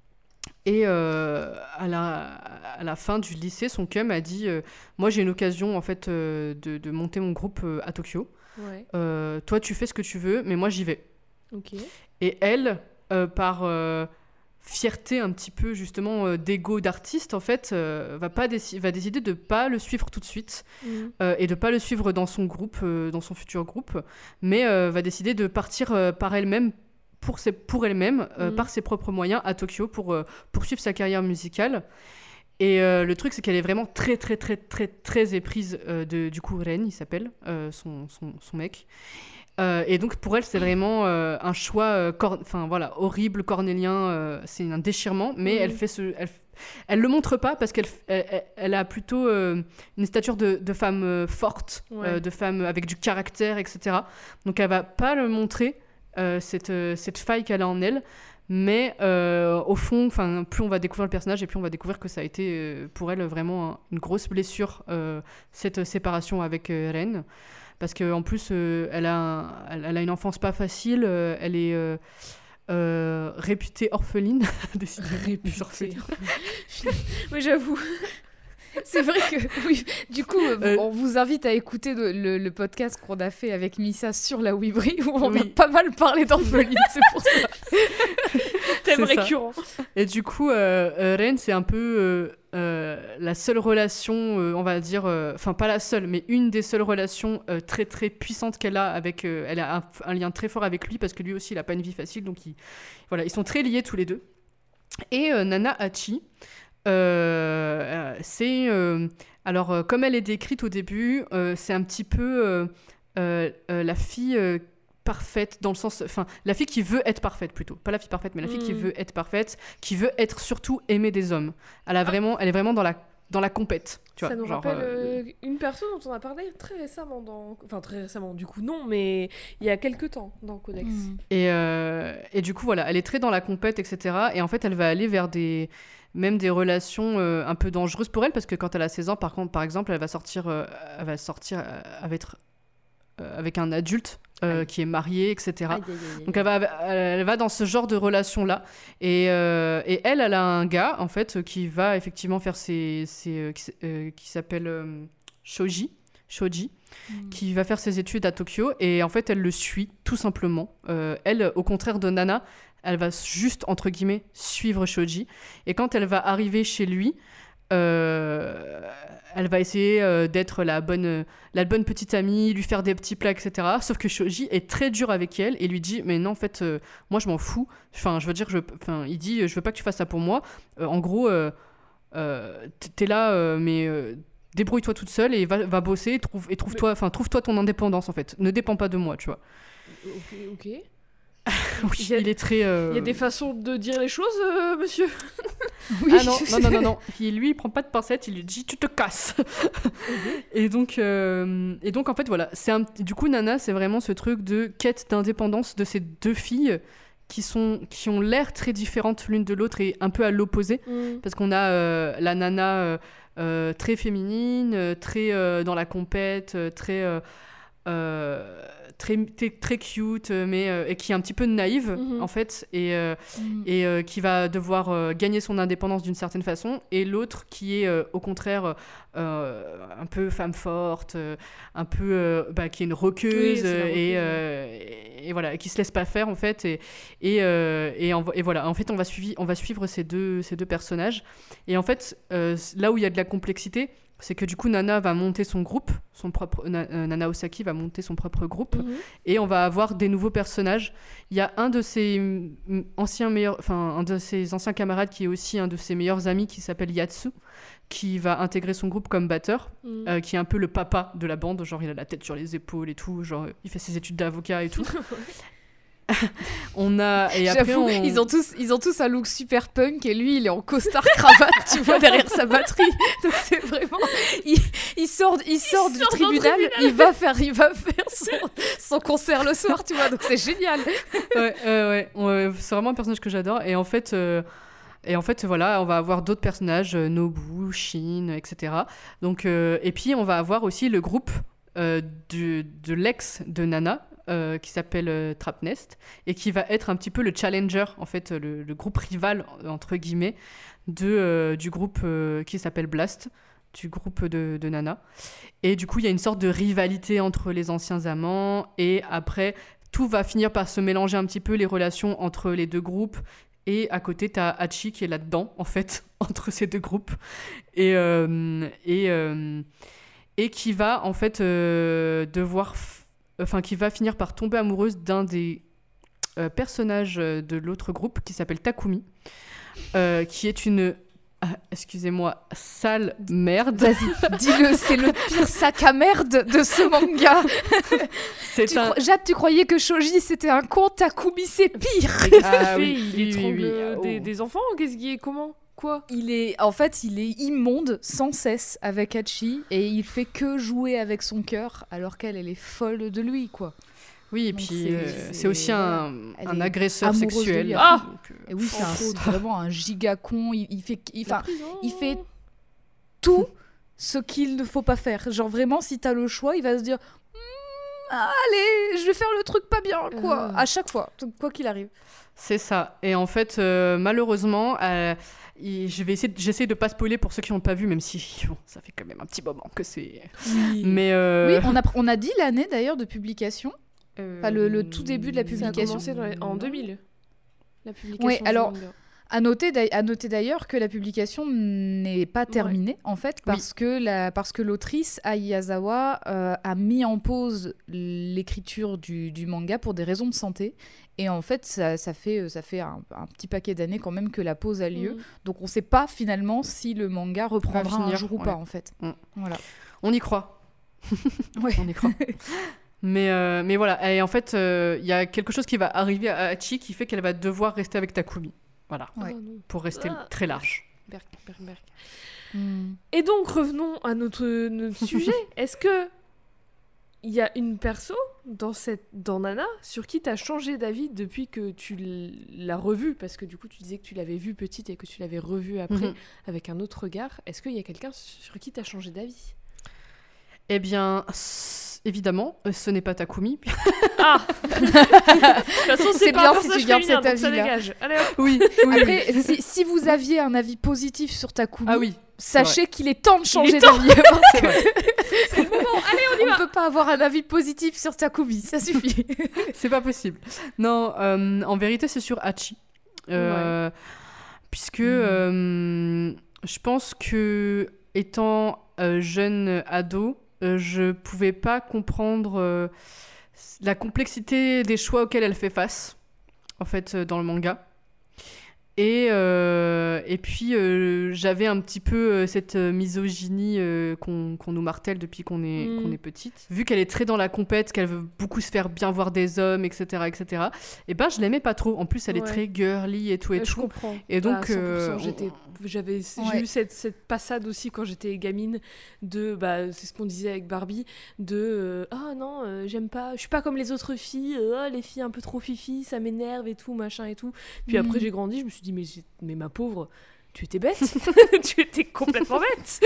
Et euh, à, la, à la fin du lycée, son cum a dit euh, moi j'ai une occasion en fait euh, de, de monter mon groupe euh, à Tokyo. Ouais. Euh, toi tu fais ce que tu veux, mais moi j'y vais. Ok. Et elle, euh, par euh, fierté un petit peu justement euh, d'ego d'artiste, en fait, euh, va, pas déci- va décider de pas le suivre tout de suite Mm. euh, et de pas le suivre dans son groupe, euh, dans son futur groupe, mais euh, va décider de partir euh, par elle-même, pour, ses, pour elle-même, euh, Mhm. par ses propres moyens à Tokyo pour euh, poursuivre sa carrière musicale. Et euh, le truc, c'est qu'elle est vraiment très, très, très, très, très éprise euh, de, du coup, Ren, il s'appelle, euh, son, son, son mec. Euh, et donc, pour elle, c'est vraiment euh, un choix euh, cor- voilà, horrible, cornélien. Euh, c'est un déchirement, mais mmh. elle fait ce... Elle, elle le montre pas parce qu'elle elle, elle a plutôt euh, une stature de, de femme euh, forte, ouais. euh, de femme avec du caractère, et cetera. Donc, elle va pas le montrer, euh, cette, euh, cette faille qu'elle a en elle. Mais euh, au fond, plus on va découvrir le personnage et plus on va découvrir que ça a été euh, pour elle vraiment un, une grosse blessure, euh, cette séparation avec euh, Ren. Parce qu'en plus, euh, elle, a un, elle, elle a une enfance pas facile, euh, elle est euh, euh, réputée orpheline. Réputée orpheline. Oui, j'avoue. C'est vrai que, oui, du coup, euh, on vous invite à écouter le, le, le podcast qu'on a fait avec Missa sur la Wibri, où on oui. a pas mal parlé d'orpheline, c'est pour ça. Thème récurrent. Ça. Et du coup, euh, euh, Ren, c'est un peu euh, euh, la seule relation, euh, on va dire, enfin, euh, pas la seule, mais une des seules relations euh, très, très puissantes qu'elle a avec, euh, elle a un, un lien très fort avec lui, parce que lui aussi, il a pas une vie facile, donc il, voilà, ils sont très liés tous les deux. Et euh, Nana Hachi, Euh, c'est euh, alors euh, comme elle est décrite au début, euh, c'est un petit peu euh, euh, euh, la fille euh, parfaite dans le sens, enfin la fille qui veut être parfaite plutôt, pas la fille parfaite, mais la fille mmh. qui veut être parfaite, qui veut être surtout aimée des hommes. Elle a vraiment, elle est vraiment dans la dans la compète. Tu ça vois, nous genre, rappelle euh... euh, une personne dont on a parlé très récemment dans, enfin très récemment du coup non, mais il y a quelques temps dans Codex. Mmh. Et euh... et du coup voilà, elle est très dans la compète, et cetera. Et en fait, elle va aller vers des même des relations euh, un peu dangereuses pour elle, parce que quand elle a seize ans, par contre, par exemple, elle va sortir, euh, elle va sortir euh, avec, euh, avec un adulte euh, qui est marié, et cetera. Aïe, aïe, aïe. Donc elle va, elle va dans ce genre de relation-là. Et, euh, et elle, elle a un gars, en fait, qui va effectivement faire ses... ses euh, qui, euh, qui s'appelle euh, Shoji, Shoji mmh. qui va faire ses études à Tokyo. Et en fait, elle le suit, tout simplement. Euh, elle, au contraire de Nana, elle va juste, entre guillemets, suivre Shoji. Et quand elle va arriver chez lui, euh, elle va essayer euh, d'être la bonne, la bonne petite amie, lui faire des petits plats, et cetera. Sauf que Shoji est très dur avec elle et lui dit « Mais non, en fait, euh, moi, je m'en fous. Enfin, je veux dire, je, enfin, il dit « Je veux pas que tu fasses ça pour moi. Euh, en gros, euh, euh, t'es là, euh, mais... Euh, débrouille-toi toute seule et va, va bosser et, trouve, et trouve-toi, enfin, trouve-toi ton indépendance, en fait. Ne dépends pas de moi, tu vois. » Ok, ok. Oui, il, a, il est très. Euh... Il y a des façons de dire les choses, euh, monsieur. Oui. Ah non, non, non, non, non. Il, lui, il prend pas de pincettes, il lui dit tu te casses. Okay. Et donc, euh... et donc en fait, voilà, c'est un... du coup, Nana, c'est vraiment ce truc de quête d'indépendance de ces deux filles qui sont, qui ont l'air très différentes l'une de l'autre et un peu à l'opposé, mm. parce qu'on a euh, la Nana euh, euh, très féminine, très euh, dans la compète, très. Euh, euh, Très, très, très cute, mais euh, et qui est un petit peu naïve, mm-hmm. en fait, et, euh, mm-hmm. et euh, qui va devoir euh, gagner son indépendance d'une certaine façon, et l'autre qui est, euh, au contraire, euh, un peu femme forte, euh, un peu, euh, bah, qui est une roqueuse, oui, roqueuse et, euh, et, et voilà, qui se laisse pas faire, en fait, et, et, euh, et, en, et voilà, en fait, on va, suivi, on va suivre ces deux, ces deux personnages, et en fait, euh, là où il y a de la complexité, c'est que du coup Nana va monter son groupe, son propre Na, euh, Nana Osaki va monter son propre groupe, mm-hmm. et on va avoir des nouveaux personnages. Il y a un de ses m- anciens meilleurs, enfin un de ses anciens camarades qui est aussi un de ses meilleurs amis qui s'appelle Yatsu, qui va intégrer son groupe comme batteur, mm. euh, qui est un peu le papa de la bande, genre il a la tête sur les épaules et tout, genre il fait ses études d'avocat et tout. On a et après J'avoue, on... ils ont tous ils ont tous un look super punk et lui il est en costard cravate tu vois derrière sa batterie, donc c'est vraiment il, il sort il sort il du sort tribunal, tribunal il va faire il va faire son, son concert le soir, tu vois, donc c'est génial. Ouais euh, ouais, ouais c'est vraiment un personnage que j'adore, et en fait euh... Et en fait, voilà, on va avoir d'autres personnages, euh, Nobu, Shin, et cetera. Donc, euh, et puis, on va avoir aussi le groupe euh, de, de l'ex de Nana, euh, qui s'appelle euh, Trapnest, et qui va être un petit peu le challenger, en fait, le, le groupe rival, entre guillemets, de, euh, du groupe euh, qui s'appelle Blast, du groupe de, de Nana. Et du coup, il y a une sorte de rivalité entre les anciens amants, et après, tout va finir par se mélanger un petit peu, les relations entre les deux groupes. Et à côté, t'as Hachi qui est là-dedans, en fait, entre ces deux groupes. Et, euh, et, euh, et qui va, en fait, euh, devoir... F... Enfin, qui va finir par tomber amoureuse d'un des euh, personnages de l'autre groupe, qui s'appelle Takumi, euh, qui est une ah, excusez-moi, sale merde. Vas-y, dis-le, c'est le pire sac à merde de ce manga. C'est Tu un... cro- Jade, tu croyais que Shoji c'était un con, Takumi c'est pire. Ah Fait, oui, il oui, étrangle oui, oui. Oh. des, des enfants. Qu'est-ce qui est comment quoi Il est, en fait, il est immonde sans cesse avec Hachi et il fait que jouer avec son cœur alors qu'elle, elle est folle de lui, quoi. Oui, et Donc puis c'est- euh, c'est- c'est aussi un, Elle un est agresseur amoureuse de sexuel. lui. Ah Donc, euh, Et oui, c'est, un- Entre c'est autres. vraiment un giga con. Il, il fait, il, La enfin, prison. il fait tout ce qu'il ne faut pas faire. Genre vraiment, si t'as le choix, il va se dire Hmm, allez, je vais faire le truc pas bien, quoi. Ah. À chaque fois, quoi qu'il arrive. C'est ça. Et en fait, euh, malheureusement, euh, il- je vais essayer, de- j'essaie de pas spoiler pour ceux qui n'ont pas vu, même si bon, ça fait quand même un petit moment que c'est. Oui. Mais euh, Oui, on a, on a dit l'année d'ailleurs de publication. Enfin, le- le tout début de la Ça a publication. commencé dans les- en deux mille. La publication. Ouais, du alors, manga. À noter, d'ail- à noter d'ailleurs que la publication n'est pas terminée, en fait, parce, que la, parce que l'autrice, Ai Yazawa, euh, a mis en pause l'écriture du, du manga pour des raisons de santé. Et en fait, ça, ça fait, ça fait un, un petit paquet d'années quand même que la pause a lieu. Mm. Donc on ne sait pas finalement si le manga reprendra un finir, jour ou ouais. pas, en fait. Mm. Voilà. on y croit. Ouais. On y croit. mais, euh, mais voilà. Et en fait, euh, il y a quelque chose qui va arriver à Hachi qui fait qu'elle va devoir rester avec Takumi. Voilà. Ouais. Ah, non. Pour rester Ah. très large. Berk, berk, berk. Mm. Et donc revenons à notre, notre sujet. Est-ce que il y a une perso dans cette dans Nana sur qui tu as changé d'avis depuis que tu l'as revue, parce que du coup tu disais que tu l'avais vue petite et que tu l'avais revue après Mhm. avec un autre regard. Est-ce qu'il y a quelqu'un sur qui tu as changé d'avis? Eh bien, s- évidemment, euh, ce n'est pas Takumi. Ah de toute façon c'est C'est pas bien un si tu personnage gardes féminin, cet donc ça avis-là. dégage. Allez hop. oui, oui. Après, si, si vous aviez un avis positif sur Takumi, Ah oui, sachez qu'il est temps de changer est temps. d'avis. Parce c'est que vrai. on ne peut pas avoir un avis positif sur Takumi, ça suffit. C'est pas possible. Non, euh, en vérité, c'est sur Hachi. Euh, Puisque euh, je pense que, étant euh, jeune ado, euh, je pouvais pas comprendre euh, la complexité des choix auxquels elle fait face, en fait, euh, dans le manga. Et, euh, et puis, euh, j'avais un petit peu euh, cette euh, misogynie euh, qu'on qu'on nous martèle depuis qu'on est, Mm. qu'on est petite. Vu qu'elle est très dans la compète, qu'elle veut beaucoup se faire bien voir des hommes, et cetera, et cetera, et ben, je l'aimais pas trop. En plus, elle est Ouais. très girly et tout et Ouais, je tout. comprends. Et donc, À cent pour cent, euh, j'étais, j'avais, j'ai Ouais. eu cette, cette passade aussi quand j'étais gamine de, bah, c'est ce qu'on disait avec Barbie, de, euh, ah non, euh, j'aime pas, je suis pas comme les autres filles, euh, ah, les filles un peu trop fifi, ça m'énerve et tout, machin et tout. Puis Mhm. après j'ai grandi, je me suis dit, mais, j'ai- mais ma pauvre, tu étais bête, tu étais complètement bête.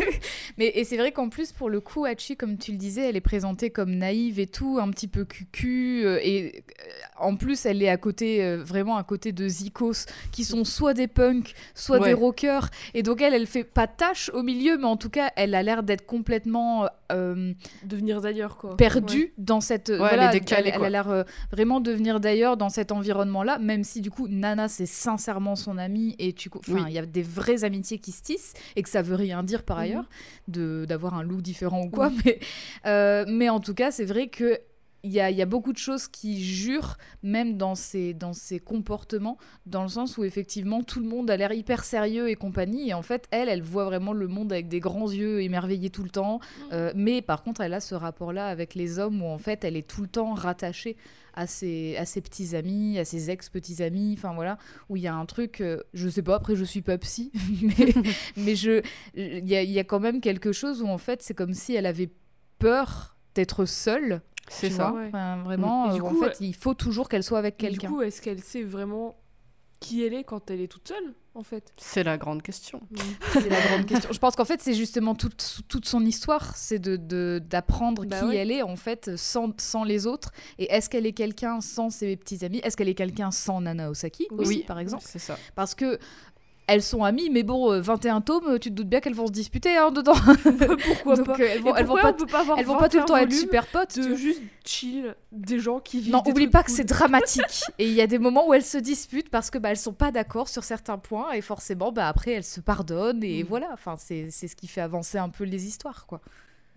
Mais et c'est vrai qu'en plus, pour le coup, Hachi, comme tu le disais, elle est présentée comme naïve et tout, un petit peu cucu. euh, et euh, en plus, elle est à côté, euh, vraiment à côté de Zikos, qui sont soit des punks, soit Ouais. des rockers. Et donc, elle, elle fait pas tâche au milieu, mais en tout cas, elle a l'air d'être complètement euh, Devenir d'ailleurs, quoi. perdue Ouais. dans cette. elle voilà, est décalée, elle, elle quoi. a l'air euh, vraiment de venir d'ailleurs dans cet environnement-là, même si du coup, Nana, c'est sincèrement son amie et tu, enfin, Oui. il y a des vraies amitiés qui se tissent et que ça veut rien dire par Mhm. ailleurs de d'avoir un look différent ou quoi, mais euh, mais en tout cas, c'est vrai que il y a, il y a beaucoup de choses qui jurent, même dans ses, dans ses comportements, dans le sens où effectivement tout le monde a l'air hyper sérieux et compagnie, et en fait elle, elle voit vraiment le monde avec des grands yeux émerveillés tout le temps, euh, mais par contre elle a ce rapport-là avec les hommes où en fait elle est tout le temps rattachée à ses, à ses petits amis, à ses ex-petits amis, enfin voilà, où il y a un truc, euh, je sais pas, après je suis pas psy, mais, mais je, il y a, il y a quand même quelque chose où en fait c'est comme si elle avait peur d'être seule. C'est tu ça. vois. Ouais. Enfin, vraiment, Et du euh, en coup, fait, il faut toujours qu'elle soit avec Mais du quelqu'un. coup, est-ce qu'elle sait vraiment qui elle est quand elle est toute seule, en fait? C'est la grande question. C'est la grande question. Je pense qu'en fait, c'est justement toute, toute son histoire, c'est de, de- d'apprendre Bah qui ouais. elle est, en fait, sans, sans les autres. Et est-ce qu'elle est quelqu'un sans ses petits amis? Est-ce qu'elle est quelqu'un sans Nana Osaki Oui. aussi, Oui. par exemple? C'est ça. Parce que elles sont amies, mais bon, euh, vingt et un tomes, tu te doutes bien qu'elles vont se disputer hein, dedans. Pourquoi Donc, pas? euh, elles vont, Et elles vont pourquoi pas, on peut pas avoir elles vont pas tout le temps être vingt et un super potes. tu de vois. juste chill, des gens qui vivent Non, des oublie trucs pas que cool. c'est dramatique. Et il y a des moments où elles se disputent parce que bah, elles sont pas d'accord sur certains points et forcément, bah, après, elles se pardonnent et Mm. voilà. Enfin, c'est, c'est ce qui fait avancer un peu les histoires, quoi.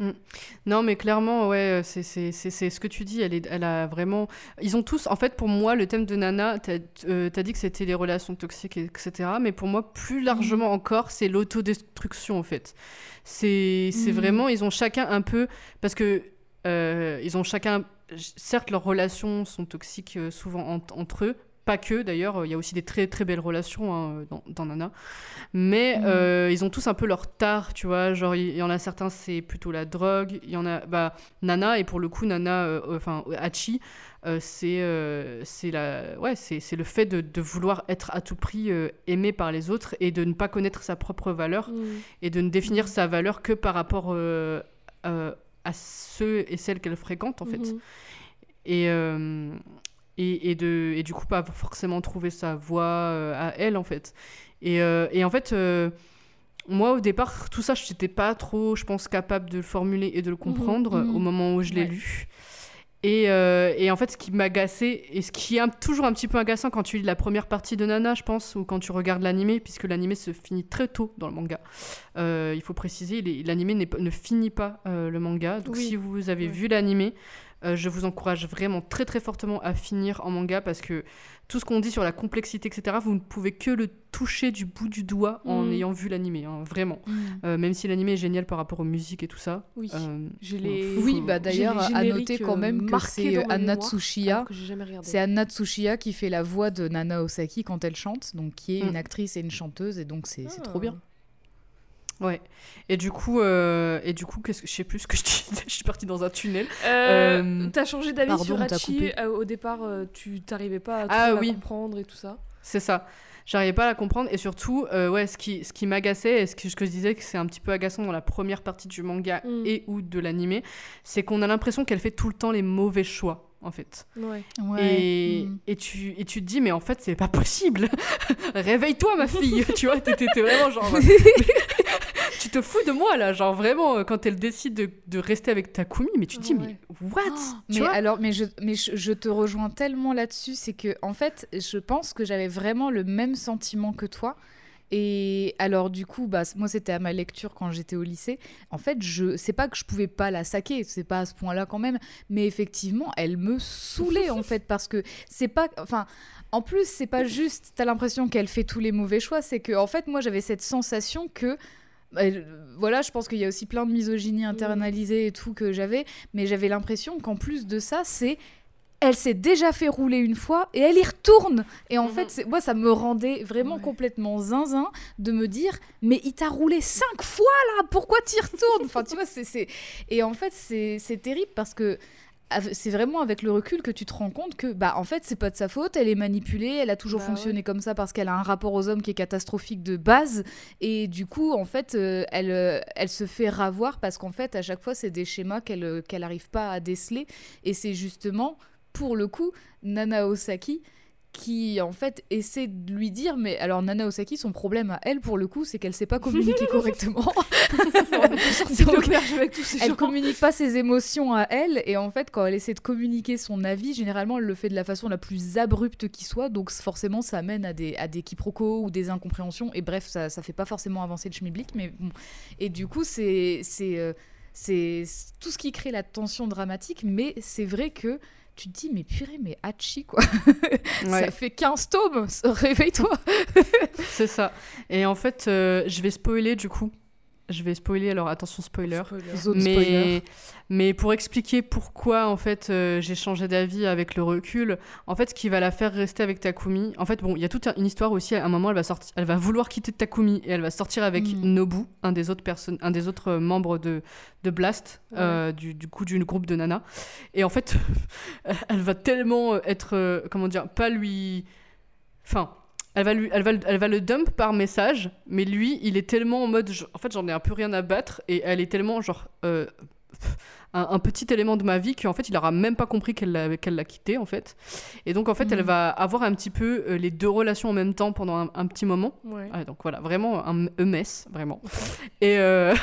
Mm. Non, mais clairement, ouais, c'est, c'est, c'est, c'est ce que tu dis. Elle, est, elle a vraiment. Ils ont tous. En fait, pour moi, le thème de Nana, t'as, euh, t'as dit que c'était les relations toxiques, et cetera. Mais pour moi, plus largement mmh. encore, c'est l'autodestruction, en fait. C'est, c'est mmh. vraiment. Ils ont chacun un peu. Parce que. Euh, ils ont chacun. Certes, leurs relations sont toxiques euh, souvent en, entre eux. Pas que, d'ailleurs, il y a aussi des très très belles relations hein, dans, dans Nana. Mais mmh. euh, ils ont tous un peu leur tare, tu vois. Genre, il y en a certains, c'est plutôt la drogue. Il y en a, bah, Nana, et pour le coup, Nana, euh, enfin, Hachi, euh, c'est, euh, c'est, la, ouais, c'est, c'est le fait de, de vouloir être à tout prix euh, aimé par les autres et de ne pas connaître sa propre valeur mmh. et de ne définir mmh. sa valeur que par rapport euh, euh, à ceux et celles qu'elle fréquente, en fait. Mmh. Et... Euh, Et, et, de, et du coup, pas forcément trouver sa voie euh, à elle, en fait. Et, euh, et en fait, euh, moi, au départ, tout ça, je n'étais pas trop, je pense, capable de le formuler et de le comprendre mmh, mmh. au moment où je l'ai ouais. lu. Et, euh, et en fait, ce qui m'agaçait, et ce qui est un, toujours un petit peu agaçant quand tu lis la première partie de Nana, je pense, ou quand tu regardes l'animé, puisque l'animé se finit très tôt dans le manga. Euh, il faut préciser, les, l'animé n'est, ne finit pas euh, le manga. Donc, oui. si vous avez ouais. vu l'animé, Euh, je vous encourage vraiment très très fortement à finir en manga parce que tout ce qu'on dit sur la complexité, et cetera, vous ne pouvez que le toucher du bout du doigt en mmh. ayant vu l'animé, hein, vraiment. Mmh. Euh, même si l'animé est génial par rapport aux musiques et tout ça. Oui, euh, j'ai les... oui bah, d'ailleurs, à noter quand même que c'est Anna Tsuchiya. C'est Anna Tsuchiya qui fait la voix de Nana Osaki quand elle chante, donc qui est mmh. une actrice et une chanteuse, et donc c'est, ah. c'est trop bien. Ouais. Et du coup, euh, et du coup, qu'est-ce que je sais plus ce que je disais. Je suis partie dans un tunnel. Euh, euh, t'as changé d'avis pardon, sur Hachi. Euh, au départ, euh, tu t'arrivais pas à ah, la oui. comprendre et tout ça. C'est ça. J'arrivais pas à la comprendre et surtout, euh, ouais, ce qui, ce qui m'agaçait et ce que, ce que je disais que c'est un petit peu agaçant dans la première partie du manga mm. et ou de l'animé, c'est qu'on a l'impression qu'elle fait tout le temps les mauvais choix. En fait. Ouais. Et, mmh. et, tu, et tu te dis, mais en fait, c'est pas possible. Réveille-toi, ma fille. Tu vois, t'étais, t'étais vraiment genre. Tu te fous de moi, là. Genre, vraiment, quand elle décide de, de rester avec Takumi, mais tu te dis, ouais. mais what oh, tu mais vois alors, mais, je, mais je, je te rejoins tellement là-dessus. C'est que, en fait, je pense que j'avais vraiment le même sentiment que toi. Et alors du coup, bah, moi c'était à ma lecture quand j'étais au lycée. En fait, je, c'est pas que je pouvais pas la saquer, c'est pas à ce point-là quand même, mais effectivement, elle me saoulait en fait parce que c'est pas, enfin, en plus c'est pas juste, t'as l'impression qu'elle fait tous les mauvais choix, c'est que en fait moi j'avais cette sensation que Euh, voilà, je pense qu'il y a aussi plein de misogynie internalisée et tout que j'avais, mais j'avais l'impression qu'en plus de ça, c'est elle s'est déjà fait rouler une fois et elle y retourne. Et en mmh. fait, c'est, moi, ça me rendait vraiment ouais. complètement zinzin de me dire mais il t'a roulé cinq fois là, pourquoi t'y retournes enfin, tu vois, c'est, c'est... Et en fait, c'est, c'est terrible parce que c'est vraiment avec le recul que tu te rends compte que bah en fait c'est pas de sa faute, elle est manipulée, elle a toujours bah fonctionné ouais. comme ça parce qu'elle a un rapport aux hommes qui est catastrophique de base et du coup en fait euh, elle, euh, elle se fait ravoir parce qu'en fait à chaque fois c'est des schémas qu'elle, euh, qu'elle arrive pas à déceler et c'est justement pour le coup Nana Osaki qui en fait essaie de lui dire mais alors Nana Osaki son problème à elle pour le coup c'est qu'elle sait pas communiquer correctement donc elle communique pas ses émotions à elle et en fait quand elle essaie de communiquer son avis généralement elle le fait de la façon la plus abrupte qui soit donc forcément ça mène à des, à des quiproquos ou des incompréhensions et bref ça, ça fait pas forcément avancer le schmilblick mais bon et du coup c'est, c'est, euh, c'est tout ce qui crée la tension dramatique mais c'est vrai que tu te dis, mais purée, mais Hachi, quoi. Ouais. Ça fait quinze tomes, réveille-toi. C'est ça. Et en fait, euh, je vais spoiler, du coup. Je vais spoiler, alors attention, spoiler. spoiler. Zone mais, spoiler. Mais pour expliquer pourquoi, en fait, euh, j'ai changé d'avis avec le recul, en fait, ce qui va la faire rester avec Takumi... En fait, bon, il y a toute une histoire aussi. À un moment, elle va, sortir, elle va vouloir quitter Takumi et elle va sortir avec mm. Nobu, un des autres, personnes, un des autres membres de, de Blast, ouais. euh, du, du coup, du groupe de Nana. Et en fait, elle va tellement être... Euh, comment dire, pas lui... Enfin... Elle va, lui, elle, va, elle va le dump par message, mais lui, il est tellement en mode... Genre, en fait, j'en ai un peu rien à battre, et elle est tellement, genre, euh, un, un petit élément de ma vie qu'en fait, il n'aura même pas compris qu'elle l'a, qu'elle l'a quitté, en fait. Et donc, en fait, mmh. elle va avoir un petit peu euh, les deux relations en même temps pendant un, un petit moment. Ouais. Ah, donc, voilà, vraiment un, un mess, vraiment. et, euh...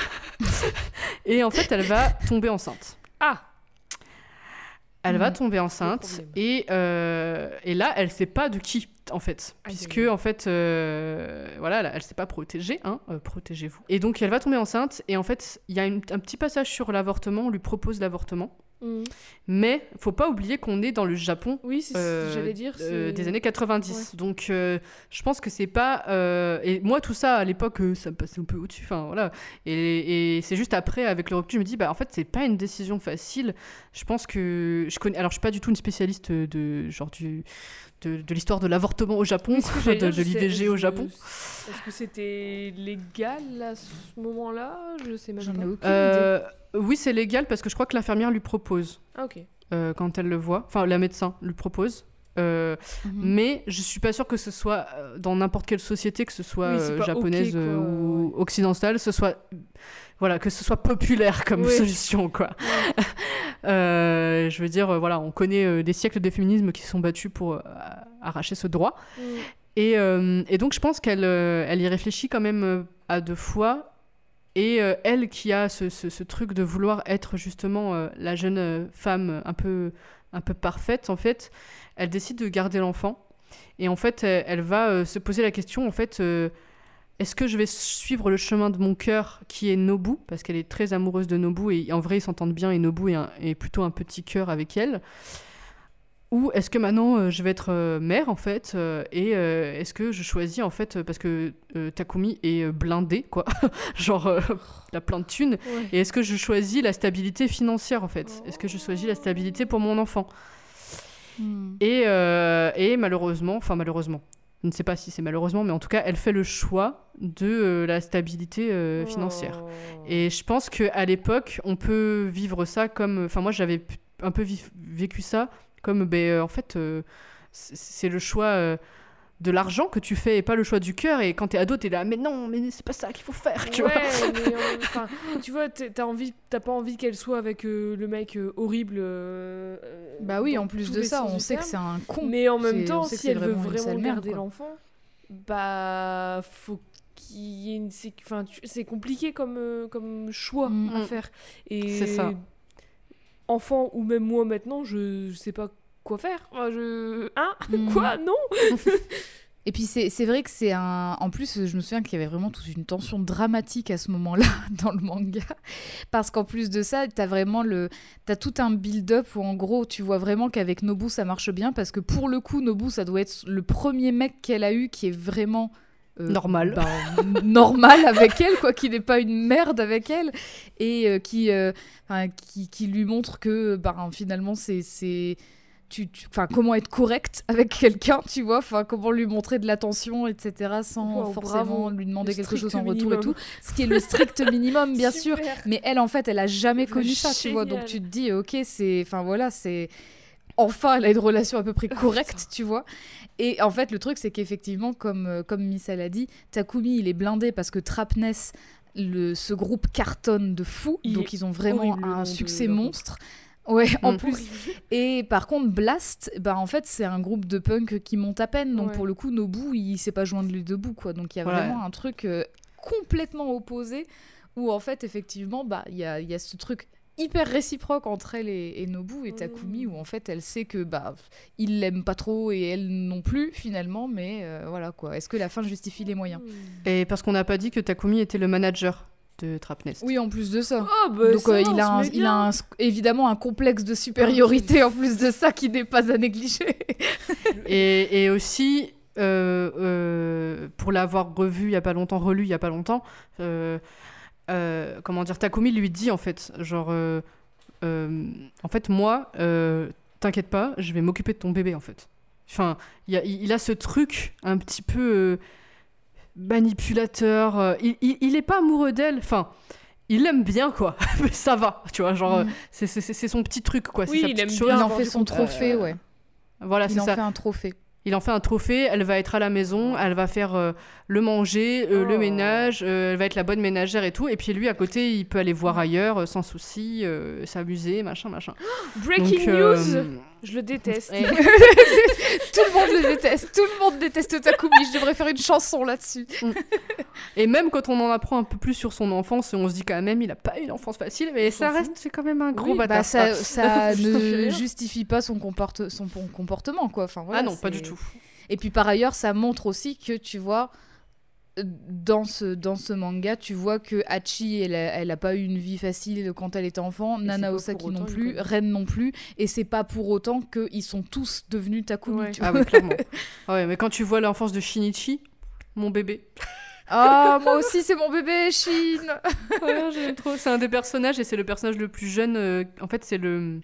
et en fait, elle va tomber enceinte. Ah Elle mmh. va tomber enceinte, et, euh, et là, elle ne sait pas de qui en fait, Ah, puisque oui. en fait, euh, voilà, elle, elle s'est pas protégée, hein, euh, protégez-vous. Et donc elle va tomber enceinte, et en fait, il y a une- un petit passage sur l'avortement, on lui propose l'avortement, Mhm. mais faut pas oublier qu'on est dans le Japon. Oui, c'est ce euh, que j'allais dire. euh, c'est- des années quatre-vingt-dix. Ouais. Donc, euh, je pense que c'est pas. euh, Et moi, tout ça, à l'époque, euh, ça me passait un peu au-dessus. Enfin, voilà. Et, et c'est juste après, avec le recul, je me dis, bah, en fait, c'est pas une décision facile. Je pense que. Je connais... Alors, je suis pas du tout une spécialiste de, genre, du... de, de l'histoire de l'avortement au Japon, Oui, ce que de, j'allais dire, de je sais- l'I V G au je- Japon. Est-ce que c'était légal à ce moment-là? Je sais même J'en pas. ai aucune idée. Euh, oui, c'est légal parce que je crois que l'infirmière lui propose Ah, ok. euh, quand elle le voit. Enfin, la médecin lui propose. Euh, Mhm. Mais je suis pas sûre que ce soit euh, dans n'importe quelle société, que ce soit Oui, c'est euh, pas japonaise ok, quoi, euh, ou ouais. occidentale, ce soit voilà que ce soit populaire comme Oui. solution quoi. Euh, je veux dire euh, voilà, on connaît euh, des siècles de féminisme qui se sont battus pour euh, arracher ce droit. Mm. Et, euh, et donc je pense qu'elle euh, elle y réfléchit quand même euh, à deux fois. Et euh, elle qui a ce, ce, ce truc de vouloir être justement euh, la jeune euh, femme un peu, un peu parfaite, en fait, elle décide de garder l'enfant. Et en fait, elle, elle va euh, se poser la question, en fait, euh, est-ce que je vais suivre le chemin de mon cœur qui est Nobu, parce qu'elle est très amoureuse de Nobu, et en vrai, ils s'entendent bien, et Nobu est, un- est plutôt un petit cœur avec elle. Ou est-ce que maintenant euh, je vais être euh, mère en fait euh, et euh, est-ce que je choisis en fait euh, parce que euh, Takumi est euh, blindé quoi genre euh, il a plein de thunes Ouais. et est-ce que je choisis la stabilité financière en fait est-ce que je choisis la stabilité pour mon enfant Hmm. et, euh, et malheureusement enfin malheureusement je ne sais pas si c'est malheureusement mais en tout cas elle fait le choix de euh, la stabilité euh, financière Oh. et je pense qu'à l'époque, on peut vivre ça comme... Enfin, moi, j'avais p- un peu vif- vécu ça comme, ben, euh, en fait, euh, c- c'est le choix euh, de l'argent que tu fais et pas le choix du cœur. Et quand t'es ado, t'es là, mais non, mais c'est pas ça qu'il faut faire, tu ouais, vois. mais en- enfin, tu vois, t'es- t'as envie, t'as pas envie qu'elle soit avec euh, le mec euh, horrible. euh, euh, Bah oui, dans en plus tous de les ça, sens on du sait que terme. c'est un con. Mais en même C'est- temps, on sait que si c'est elle veut vraiment une vraiment sale merde, garder quoi. l'enfant, bah faut qu'il y ait une, c'est, enfin, tu- c'est compliqué comme euh, comme choix Mm. à faire. Et C'est ça. enfant ou même moi maintenant, je, je sais pas quoi faire. Enfin, je, hein, Mm. quoi, non. Et puis c'est c'est vrai que c'est un... En plus, je me souviens qu'il y avait vraiment toute une tension dramatique à ce moment-là dans le manga. Parce qu'en plus de ça, t'as vraiment le... T'as tout un build-up où en gros, tu vois vraiment qu'avec Nobu, ça marche bien. Parce que pour le coup, Nobu, ça doit être le premier mec qu'elle a eu qui est vraiment... euh, Normal. bah, normal avec elle, quoi, qui n'est pas une merde avec elle. Et euh, qui, euh, enfin, qui, qui lui montre que bah, finalement, c'est... c'est... Tu, tu- enfin, comment être correct avec quelqu'un, tu vois, enfin, comment lui montrer de l'attention, et cetera, sans Wow, forcément bravo. lui demander Le quelque chose en strict retour et minimum. tout, ce qui est le strict minimum, bien sûr. Super. Mais elle, en fait, elle a jamais Bah, connu ça, tu vois, donc génial. tu te dis, ok, c'est, enfin voilà, c'est, enfin, elle a une relation à peu près correcte, tu vois. Et en fait, le truc, c'est qu'effectivement, comme euh, comme Missa l'a dit, Takumi, il est blindé parce que Trapness, le, ce groupe cartonne de fou, Il donc est ils ont vraiment horrible, le nom un de succès leur groupe. monstre. Ouais, en Mm. plus. Et par contre, Blast, bah en fait, c'est un groupe de punk qui monte à peine. Donc Ouais. pour le coup, Nobu, il sait pas joindre les deux bouts, quoi. Donc il y a Voilà. vraiment un truc euh, complètement opposé où en fait, effectivement, bah il y a, il y a ce truc hyper réciproque entre elle et, et Nobu et Takumi Mm. où en fait elle sait que bah il l'aime pas trop et elle non plus finalement, mais euh, voilà quoi. Est-ce que la fin justifie les moyens? Et parce qu'on n'a pas dit que Takumi était le manager de Trapnest. Oui, en plus de ça. Oh, bah, Donc ça, euh, on il, a se un- met il a bien. un- évidemment un complexe de supériorité en plus de ça qui n'est pas à négliger. Et, et aussi, euh, euh, pour l'avoir revu il y a pas longtemps, relu il y a pas longtemps, euh, euh, comment dire, Takumi lui dit en fait, genre, euh, euh, en fait moi, euh, t'inquiète pas, je vais m'occuper de ton bébé en fait. Enfin, il, y a, il, il a ce truc un petit peu euh, manipulateur. euh, il, il, il est pas amoureux d'elle, enfin. Il l'aime bien, quoi. Mais ça va, tu vois. Genre, Mm. euh, c'est, c'est, c'est son petit truc, quoi. Oui, c'est sa il petite aime chose. bien Il en avoir fait du son contact. trophée, ouais. Voilà, Il c'est en ça. fait un trophée. Il en fait un trophée, elle va être à la maison, elle va faire euh, le manger, euh, le Oh. ménage, euh, elle va être la bonne ménagère et tout. Et puis lui, à côté, il peut aller voir ailleurs euh, sans souci, euh, s'amuser, machin, machin. Breaking Donc, euh, news. Je le déteste. et- Tout le monde le déteste, tout le monde déteste Takumi. Je devrais faire une chanson là-dessus. Et même quand on en apprend un peu plus sur son enfance, on se dit quand même il a pas eu une enfance facile, mais ça reste c'est quand même un gros Oui, bâtard. bah ça, ça Justifie ne rien. justifie pas son, comporte, son bon comportement, quoi. Enfin, voilà, ah non, pas c'est- du tout. Et puis par ailleurs, ça montre aussi que, tu vois, dans ce, dans ce manga, tu vois que Hachi, elle a, elle a pas eu une vie facile quand elle était enfant, c'est Nana pas Osaki pour non autant une plus, conne. Ren non plus, et c'est pas pour autant qu'ils sont tous devenus Takumi, Ouais. tu Ah vois. oui, clairement. Ah ouais, mais quand tu vois l'enfance de Shinichi, mon bébé. Ah, moi aussi, c'est mon bébé, Shin. Ouais, j'aime trop. C'est un des personnages et c'est le personnage le plus jeune. euh, En fait, c'est le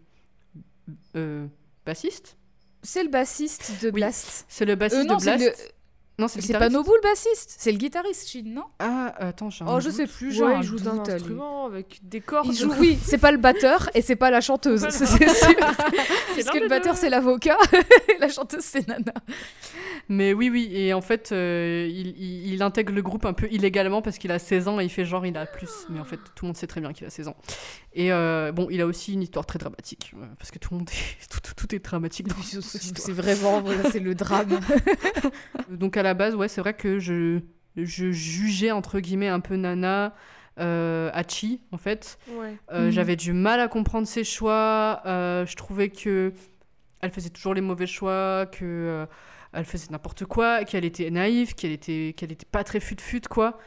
euh, bassiste. C'est le bassiste de Oui, Blast. C'est le Euh, bassiste non, de c'est Blast. le- Non, c'est le c'est pas guitariste. Nobu le bassiste, c'est le guitariste, Shin, non? Ah, attends, j'ai un Oh, je doute. sais plus, j'ai Ouais, un il joue d'un doute, allez. instrument avec des cordes. Il joue, oui, c'est pas le batteur et c'est pas la chanteuse, Voilà. c'est c'est sûr. Parce l'un que des le batteur deux. c'est l'avocat et la chanteuse c'est Nana. Mais oui, oui, et en fait, euh, il, il- il intègre le groupe un peu illégalement parce qu'il a seize ans et il fait genre il a plus. Mais en fait, tout le monde sait très bien qu'il a seize ans. Et euh, bon, il a aussi une histoire très dramatique euh, parce que tout le monde est, tout, tout- tout est dramatique dans cette histoire. C'est vraiment, voilà, c'est le drame. Donc à la base, ouais, c'est vrai que je, je jugeais entre guillemets un peu Nana, euh, Hachi en fait. Ouais. Euh, Mhm. J'avais du mal à comprendre ses choix. euh, je trouvais que elle faisait toujours les mauvais choix, que euh, elle faisait n'importe quoi, qu'elle était naïve, qu'elle était qu'elle était pas très fut-fut quoi.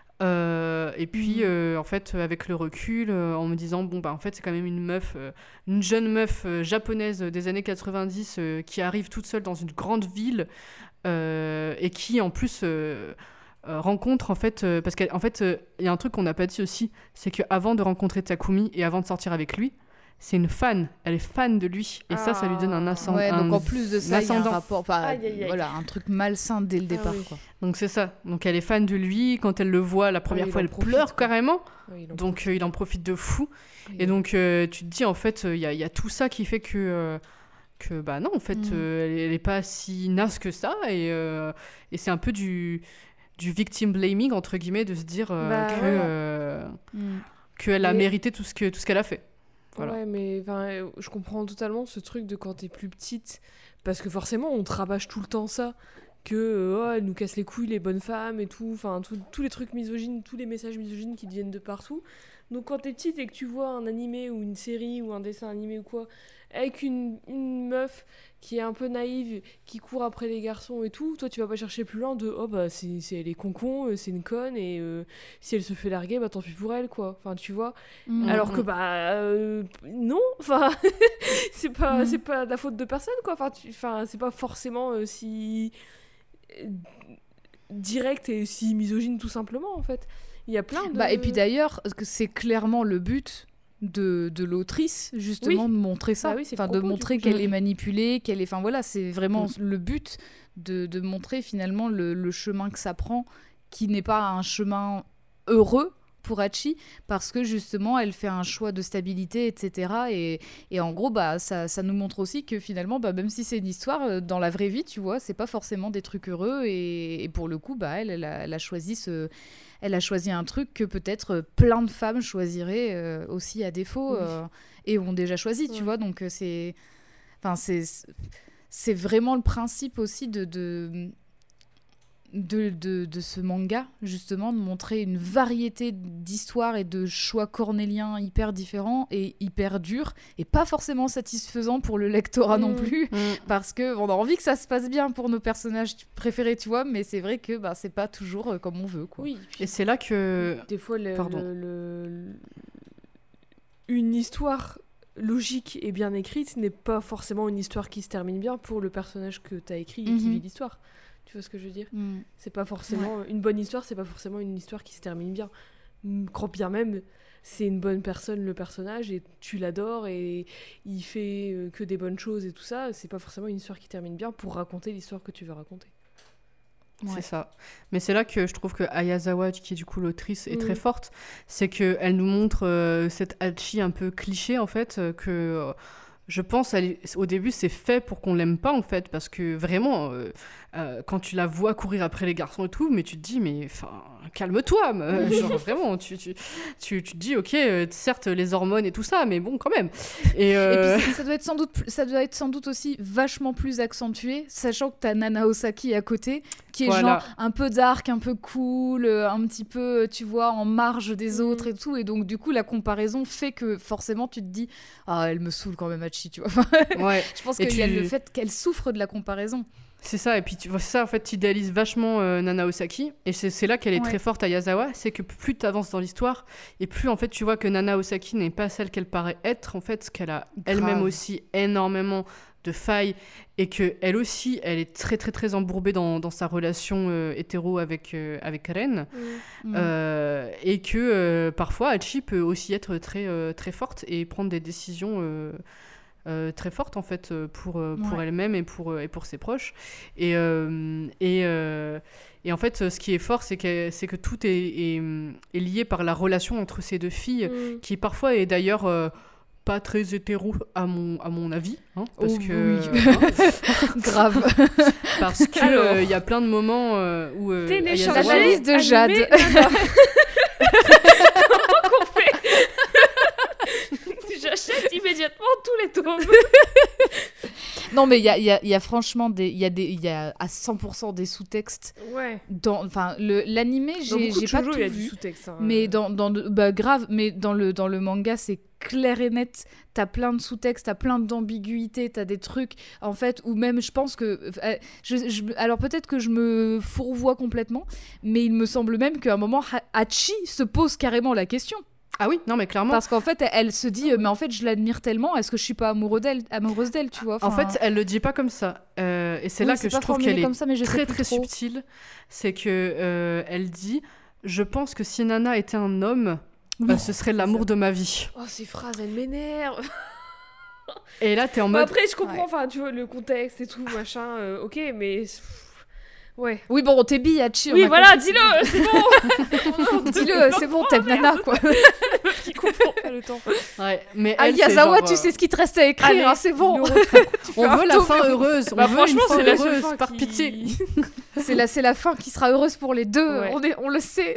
Euh, et puis Mhm. euh, en fait avec le recul euh, en me disant bon bah en fait c'est quand même une meuf euh, une jeune meuf euh, japonaise des années quatre-vingt-dix euh, qui arrive toute seule dans une grande ville euh, et qui en plus euh, euh, rencontre en fait euh, parce qu'en fait euh, il y a un truc qu'on n'a pas dit aussi, c'est qu'avant de rencontrer Takumi et avant de sortir avec lui, c'est une fan, elle est fan de lui et ça ça lui donne un Ah. ascendant. Ouais, donc en plus de ça, il y a un ascendant. rapport, enfin, Aïe, aïe, aïe. voilà, un truc malsain dès le Ah départ, oui. quoi. Donc c'est ça, donc elle est fan de lui, quand elle le voit la première il fois en elle profite, pleure quoi. carrément, Ouais, il en donc euh, il en profite de fou. profite. Et donc, euh, tu te dis, en fait, il y, a- y a tout ça qui fait que, euh, que bah non, en fait, Mm. euh, elle, elle est pas si naze que ça. Et, euh, et c'est un peu du, du victim blaming, entre guillemets, de se dire euh, Bah, que, ouais. euh, Mm. qu'elle a Mais- mérité tout ce que, tout ce qu'elle a fait. Voilà. Ouais, mais enfin, euh, je comprends totalement ce truc de quand t'es plus petite, parce que forcément, on te rabâche tout le temps ça, que euh, oh, elle nous casse les couilles, les bonnes femmes et tout, enfin, tout- tous les trucs misogynes, tous les messages misogynes qui te viennent de partout. Donc quand t'es petite et que tu vois un animé ou une série ou un dessin animé ou quoi, avec une, une meuf qui est un peu naïve, qui court après les garçons et tout, toi tu vas pas chercher plus loin de oh bah c'est, c'est- elle est con-con, euh, c'est une conne et euh, si elle se fait larguer, bah tant pis pour elle quoi. Enfin tu vois. Mm. Alors Mm. que bah euh, non, enfin c'est pas Mm. c'est pas la faute de personne quoi. Enfin tu- enfin c'est pas forcément euh, si euh, direct et si misogyne tout simplement en fait. Il y a plein de Bah, et puis d'ailleurs, que c'est clairement le but de, de l'autrice, justement, Oui. de montrer ça. Bah oui, c'est le Enfin, de propos, du montrer coup. qu'elle Mm. est manipulée, qu'elle est. Enfin, voilà, c'est vraiment Mm. le but de, de montrer finalement le, le chemin que ça prend, qui n'est pas un chemin heureux pour Hachi, parce que justement, elle fait un choix de stabilité, et cetera. Et, et en gros, bah, ça, ça nous montre aussi que finalement, bah, même si c'est une histoire, euh, dans la vraie vie, tu vois, c'est pas forcément des trucs heureux. Et, et pour le coup, bah, elle, elle a, elle a choisi ce. Elle a choisi un truc que peut-être euh, plein de femmes choisiraient euh, aussi à défaut Oui. euh, et ont déjà choisi, tu Ouais. vois. Donc euh, c'est, enfin c'est, c'est vraiment le principe aussi de de, de de de ce manga, justement, de montrer une variété d'histoires et de choix cornéliens hyper différents et hyper durs et pas forcément satisfaisants pour le lectorat non Mm. plus. Mm. Parce que on a envie que ça se passe bien pour nos personnages préférés, tu vois, mais c'est vrai que bah, c'est pas toujours euh, comme on veut, quoi. Oui. Et c'est là que... Des fois le, Pardon. le- le- une histoire logique et bien écrite n'est pas forcément une histoire qui se termine bien pour le personnage que t'as écrit et qui Mhm. vit l'histoire. Tu vois ce que je veux dire? Mm. C'est pas forcément une bonne histoire, c'est pas forcément une histoire qui se termine bien. Mm, Quand bien même c'est une bonne personne le personnage et tu l'adores et il fait euh, que des bonnes choses et tout ça, c'est pas forcément une histoire qui termine bien pour raconter l'histoire que tu veux raconter. Ouais. C'est ça. Mais c'est là que je trouve que Ayazawa, qui est du coup l'autrice, est Mm. très forte. C'est qu'elle nous montre euh, cette Hachi un peu cliché, en fait, euh, que euh, je pense elle est- au début c'est fait pour qu'on l'aime pas, en fait, parce que vraiment, euh, euh, quand tu la vois courir après les garçons et tout, mais tu te dis, mais enfin, calme-toi, me- genre vraiment, tu, tu, tu, tu te dis, ok, euh, certes, les hormones et tout ça, mais bon, quand même. Et, euh, Et puis ça, ça doit être sans doute, plus- ça doit être sans doute aussi vachement plus accentué, sachant que t'as Nana Osaki à côté, qui est Voilà. genre un peu dark, un peu cool, euh, un petit peu, tu vois, en marge des Mm. autres et tout. Et donc du coup, la comparaison fait que forcément, tu te dis, ah, elle me saoule quand même, Hachi, tu vois. ouais, Je pense Et qu'il y a tu- le fait qu'elle souffre de la comparaison. c'est ça. Et puis, tu vois, c'est ça, en fait, tu idéalises vachement euh, Nana Osaki. Et c'est, c'est là qu'elle est Ouais. très forte à Yazawa. C'est que plus tu avances dans l'histoire, et plus, en fait, tu vois que Nana Osaki n'est pas celle qu'elle paraît être, en fait, qu'elle a elle-même Grave. aussi énormément de failles. Et que elle aussi, elle est très, très, très embourbée dans, dans sa relation euh, hétéro avec, euh, avec Ren. Mm. Mm. Euh, et que euh, parfois Hachi peut aussi être très, euh, très forte et prendre des décisions euh, euh, très fortes en fait euh, pour, euh, pour Ouais. elle-même et pour, euh, et pour ses proches. Et, euh, et, euh, et en fait, ce qui est fort, c'est que, c'est que tout est, est, est lié par la relation entre ces deux filles, Mm. qui parfois est d'ailleurs euh, pas très hétéro à mon, à mon avis. Hein, parce Oh, que, oui. hein, Grave. parce qu'il Alors. y a plein de moments euh, où... euh, Télécharger, Ayazawa- L'analyse de animé, Jade. Nana. Comment qu'on fait? J'achète immédiatement tous les tomes. Non, mais il y a, il y a- il y a franchement des, il y a des, il y a à cent pour cent des sous-textes Ouais. dans, enfin, le, l'animé, Dans j'ai, beaucoup j'ai de pas shoujo, tout il y a du vu. sous-texte. hein. Mais dans, dans de- bah, grave, mais dans le, dans le manga, c'est clair et net. T'as plein de sous-textes, t'as plein d'ambiguïtés, t'as des trucs, en fait, ou même, je pense que. euh, je, je- alors peut-être que je me fourvoie complètement, mais il me semble même qu'à un moment, Ha- Hachi se pose carrément la question. Ah oui, non mais clairement. Parce qu'en fait, elle, elle se dit, euh, mais en fait, je l'admire tellement, est-ce que je suis pas amoureux d'elle, amoureuse d'elle, tu vois En Enfin, fait, elle le dit pas comme ça. Euh, et c'est oui, là que je pas trouve formulé qu'elle est comme ça, mais je sais très plus très trop. subtile. C'est que euh, elle dit, je pense que si Nana était un homme, Oui. euh, ce serait l'amour de ma vie. Oh, ces phrases, elles m'énervent. Et là, t'es en Bah, mode. après, je comprends, Ouais. enfin, tu vois, le contexte et tout, machin, euh, ok, mais. Ouais. Oui, bon, t'es bi, Hachi. on Oui, a voilà, compris. dis-le, c'est bon. Dis-le, c'est bon, t'aimes Nana, quoi. Qui comprend pas le temps. Ouais, mais Ah, elle, c'est Yazawa, genre, tu euh, sais ce qu'il te reste à écrire, Allez, hein, c'est bon. numéro trois. On fais un veut la tome. fin heureuse. On Bah, veut franchement, une fin c'est la seule heureuse, fin par qui- pitié. C'est la, c'est la fin qui sera heureuse pour les deux, Ouais. on, est, on le sait.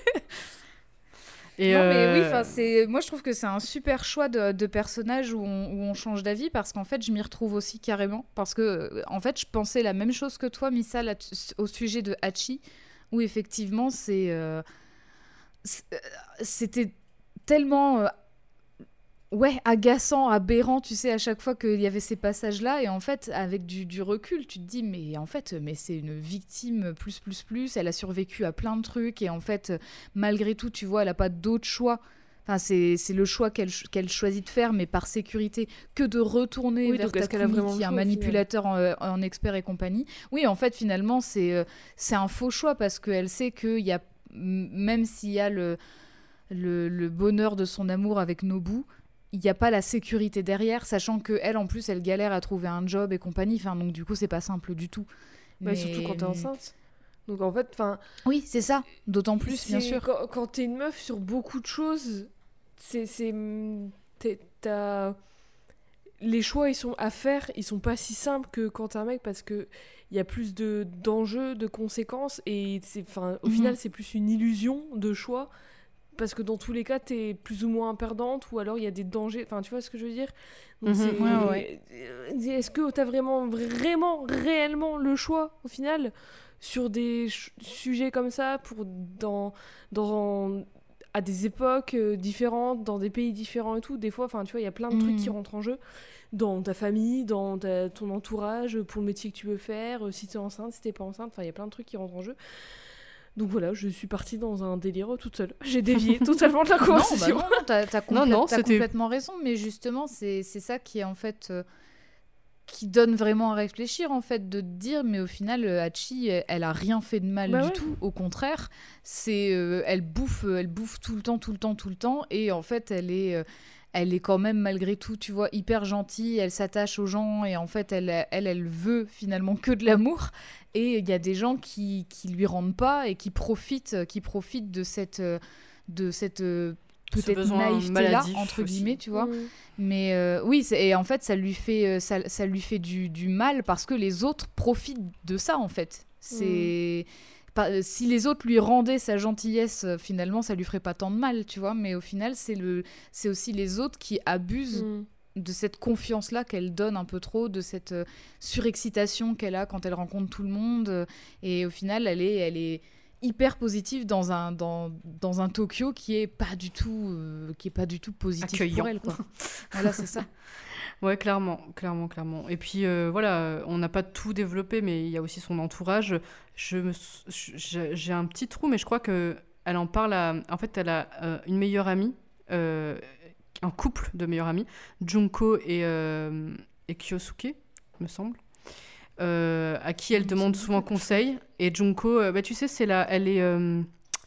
Et non, mais euh, oui, 'fin, c'est... moi je trouve que c'est un super choix de, de personnage où on, où on change d'avis parce qu'en fait je m'y retrouve aussi carrément. Parce que euh, en fait je pensais la même chose que toi, Missa, là, t- au sujet de Hachi, où effectivement c'est, euh, c'est- euh, c'était tellement. euh, Ouais, agaçant, aberrant, tu sais, à chaque fois qu'il y avait ces passages-là. Et en fait, avec du, du recul, tu te dis, mais en fait, mais c'est une victime plus, plus, plus. Elle a survécu à plein de trucs. Et en fait, malgré tout, tu vois, elle n'a pas d'autre choix. Enfin, c'est, c'est le choix qu'elle, ch- qu'elle choisit de faire, mais par sécurité, que de retourner Oui, vers donc est-ce qu'elle a Takumi, vraiment qui est le un choix, au final manipulateur en, en expert et compagnie. Oui, en fait, finalement, c'est, euh, c'est un faux choix parce qu'elle sait qu'il y a, m- même s'il y a le, le, le bonheur de son amour avec Nobu, il n'y a pas la sécurité derrière, sachant que elle en plus elle galère à trouver un job et compagnie. Enfin, donc du coup c'est pas simple du tout. Bah, surtout quand t'es enceinte. Donc en fait, enfin. Oui, c'est ça. D'autant plus, bien c'est- sûr. Quand, quand t'es une meuf sur beaucoup de choses, c'est. c'est t'es- t'as- les choix ils sont à faire, ils sont pas si simples que quand t'es un mec parce que il y a plus de d'enjeux, de conséquences et c'est, enfin, au Mhm. final c'est plus une illusion de choix parce que dans tous les cas t'es plus ou moins perdante ou alors il y a des dangers. Enfin, tu vois ce que je veux dire? Donc, Mhm. c'est- Ouais, ouais. Est-ce que t'as vraiment, vraiment, réellement le choix au final sur des ch- sujets comme ça pour dans dans à des époques euh, différentes, dans des pays différents et tout. Des fois, enfin, tu vois, il y a plein de trucs Mhm. qui rentrent en jeu dans ta famille, dans ta- ton entourage, pour le métier que tu veux faire, euh, si t'es enceinte, si t'es pas enceinte. Enfin, il y a plein de trucs qui rentrent en jeu. Donc voilà, je suis partie dans un délire toute seule. J'ai dévié totalement de la Non, bah conversation. non, non, t'as, t'as Non, complè- non, t'as c'était- complètement raison, mais justement, c'est, c'est ça qui est en fait. euh, qui donne vraiment à réfléchir, en fait, de te dire, mais au final, euh, Hachi, elle, elle a rien fait de mal Bah du ouais. tout. Au contraire, c'est, euh, elle bouffe, euh, elle bouffe tout le temps, tout le temps, tout le temps, et en fait, elle est. euh, elle est quand même, malgré tout, tu vois, hyper gentille, elle s'attache aux gens, et en fait, elle, elle, elle veut finalement que de l'amour. Et il y a des gens qui, qui lui rendent pas et qui profitent, qui profitent de cette, euh, de cette euh, Ce peut-être besoin naïveté-là, maladif entre aussi. guillemets, tu vois. Mm. Mais euh, oui, c'est- et en fait, ça lui fait, euh, ça, ça lui fait du, du mal parce que les autres profitent de ça, en fait. C'est... pas, si les autres lui rendaient sa gentillesse, euh, finalement, ça lui ferait pas tant de mal, tu vois. Mais au final, c'est, le, c'est aussi les autres qui abusent Mm. de cette confiance-là qu'elle donne un peu trop, de cette euh, surexcitation qu'elle a quand elle rencontre tout le monde. euh, et au final, elle est, elle est hyper positive dans un, dans, dans un Tokyo qui est pas du tout, euh, qui est pas du tout positif Accueillant. pour elle, quoi. Voilà, c'est ça. Ouais, clairement, clairement, clairement. Et puis euh, voilà, euh, on n'a pas tout développé, mais il y a aussi son entourage. Je me, sou- je- j'ai un petit trou, mais je crois que elle en parle à. En fait, elle a euh, une meilleure amie, euh, un couple de meilleures amies, Junko et, euh, et Kyosuke, me semble. Euh, à qui elle Il me demande semble souvent quelque chose. conseil. Et Junko, euh, bah, tu sais, c'est la, elle est, euh,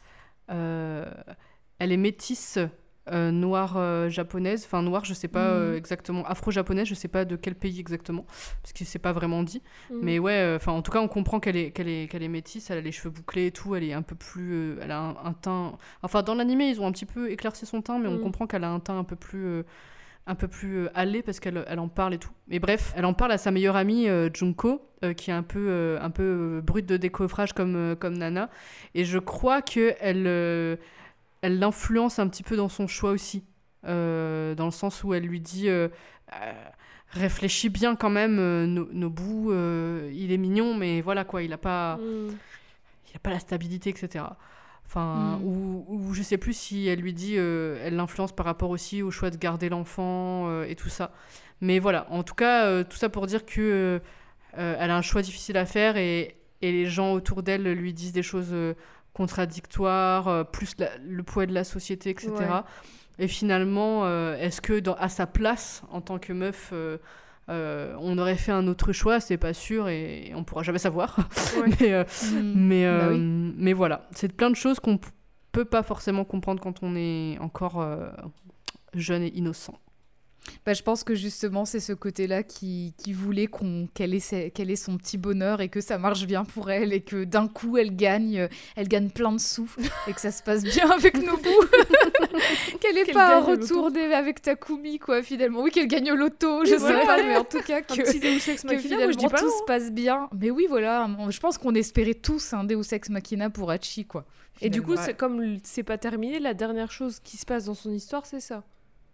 euh, elle est métisse euh, noire euh, japonaise, enfin noire, je sais pas Mhm. euh, exactement, afro-japonaise, je sais pas de quel pays exactement, parce que c'est pas vraiment dit. Mm. Mais ouais, enfin en tout cas, on comprend qu'elle est, qu'elle est, qu'elle est métisse, elle a les cheveux bouclés et tout, elle est un peu plus, euh, elle a un, un teint. Enfin dans l'animé, ils ont un petit peu éclairci son teint, mais on Mm. comprend qu'elle a un teint un peu plus. euh, un peu plus euh, allée parce qu'elle elle en parle et tout. Mais bref, elle en parle à sa meilleure amie euh, Junko, euh, qui est un peu, euh, un peu euh, brute de décoffrage comme, euh, comme Nana. Et je crois qu'elle euh, elle l'influence un petit peu dans son choix aussi. Euh, dans le sens où elle lui dit euh, euh, réfléchis bien quand même, euh, No- Nobu, euh, il est mignon, mais voilà quoi, il n'a pas, Mm. il a pas la stabilité, et cetera. Enfin, Mm. ou, ou je sais plus si elle lui dit, euh, elle l'influence par rapport aussi au choix de garder l'enfant euh, et tout ça. Mais voilà, en tout cas, euh, tout ça pour dire que euh, elle a un choix difficile à faire et, et les gens autour d'elle lui disent des choses euh, contradictoires, euh, plus la- le poids de la société, et cetera. Et finalement, euh, est-ce que dans, à sa place, en tant que meuf, euh, euh, on aurait fait un autre choix? C'est pas sûr et, et on pourra jamais savoir. Ouais. mais, euh, Mm. mais, Bah euh, oui. mais voilà, c'est plein de choses qu'on p- peut pas forcément comprendre quand on est encore euh, jeune et innocent. Bah, je pense que justement, c'est ce côté-là qui, qui voulait qu'on, qu'elle, ait, ses- qu'elle ait son petit bonheur et que ça marche bien pour elle et que d'un coup, elle gagne, euh, elle gagne plein de sous et que ça se passe bien avec Nobu. Qu'elle n'ait Qu'elle pas à gagne au loto. retourner avec Takumi, quoi, finalement. Oui, qu'elle gagne au loto, je Oui, sais voilà. pas, mais en tout cas, Un que, petit Deus Ex que Machina, finalement, moi je dis pas tout non. se passe bien. Mais oui, voilà, je pense qu'on espérait tous un Deus Ex Machina pour Hachi, quoi. Et du coup, finalement. c'est, comme l- c'est pas terminé, la dernière chose qui se passe dans son histoire, c'est ça.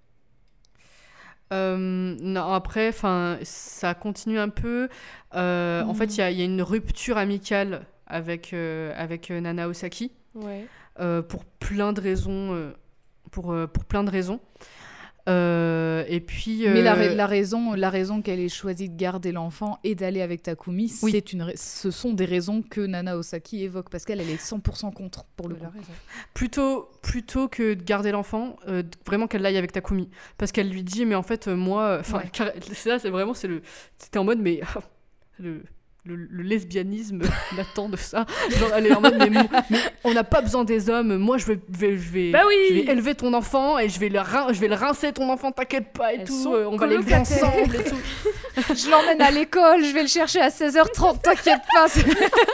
Euh, non, après, enfin, ça continue un peu. Euh, En Mm. fait, il y a, il y a une rupture amicale avec, euh, avec euh, Nana Osaki Ouais. euh, pour plein de raisons. euh, pour, euh, pour plein de raisons. Euh, et puis. Mais la, euh, ra- la raison, la raison qu'elle ait choisi de garder l'enfant et d'aller avec Takumi, Oui. c'est une, ra- ce sont des raisons que Nana Osaki évoque parce qu'elle elle est cent pour cent contre pour le Elle a coup. raison. Plutôt, plutôt que de garder l'enfant, euh, d- vraiment qu'elle l'aille avec Takumi. Parce qu'elle lui dit, mais en fait, euh, moi. Enfin, Ouais. car- c'est ça, c'est vraiment. C'est le, c'était en mode, mais. le, le, le lesbianisme latent de ça. Genre, elle est en mode, mais, mo- mais on n'a pas besoin des hommes. Moi, je vais, vais- je vais, Bah oui. je vais élever ton enfant et je vais le, rin- je vais le rincer, ton enfant, t'inquiète pas et Elles tout. sont euh, on va l'élever colocataires. ensemble et tout. Je l'emmène à l'école, je vais le chercher à seize heures trente, t'inquiète pas. c'est-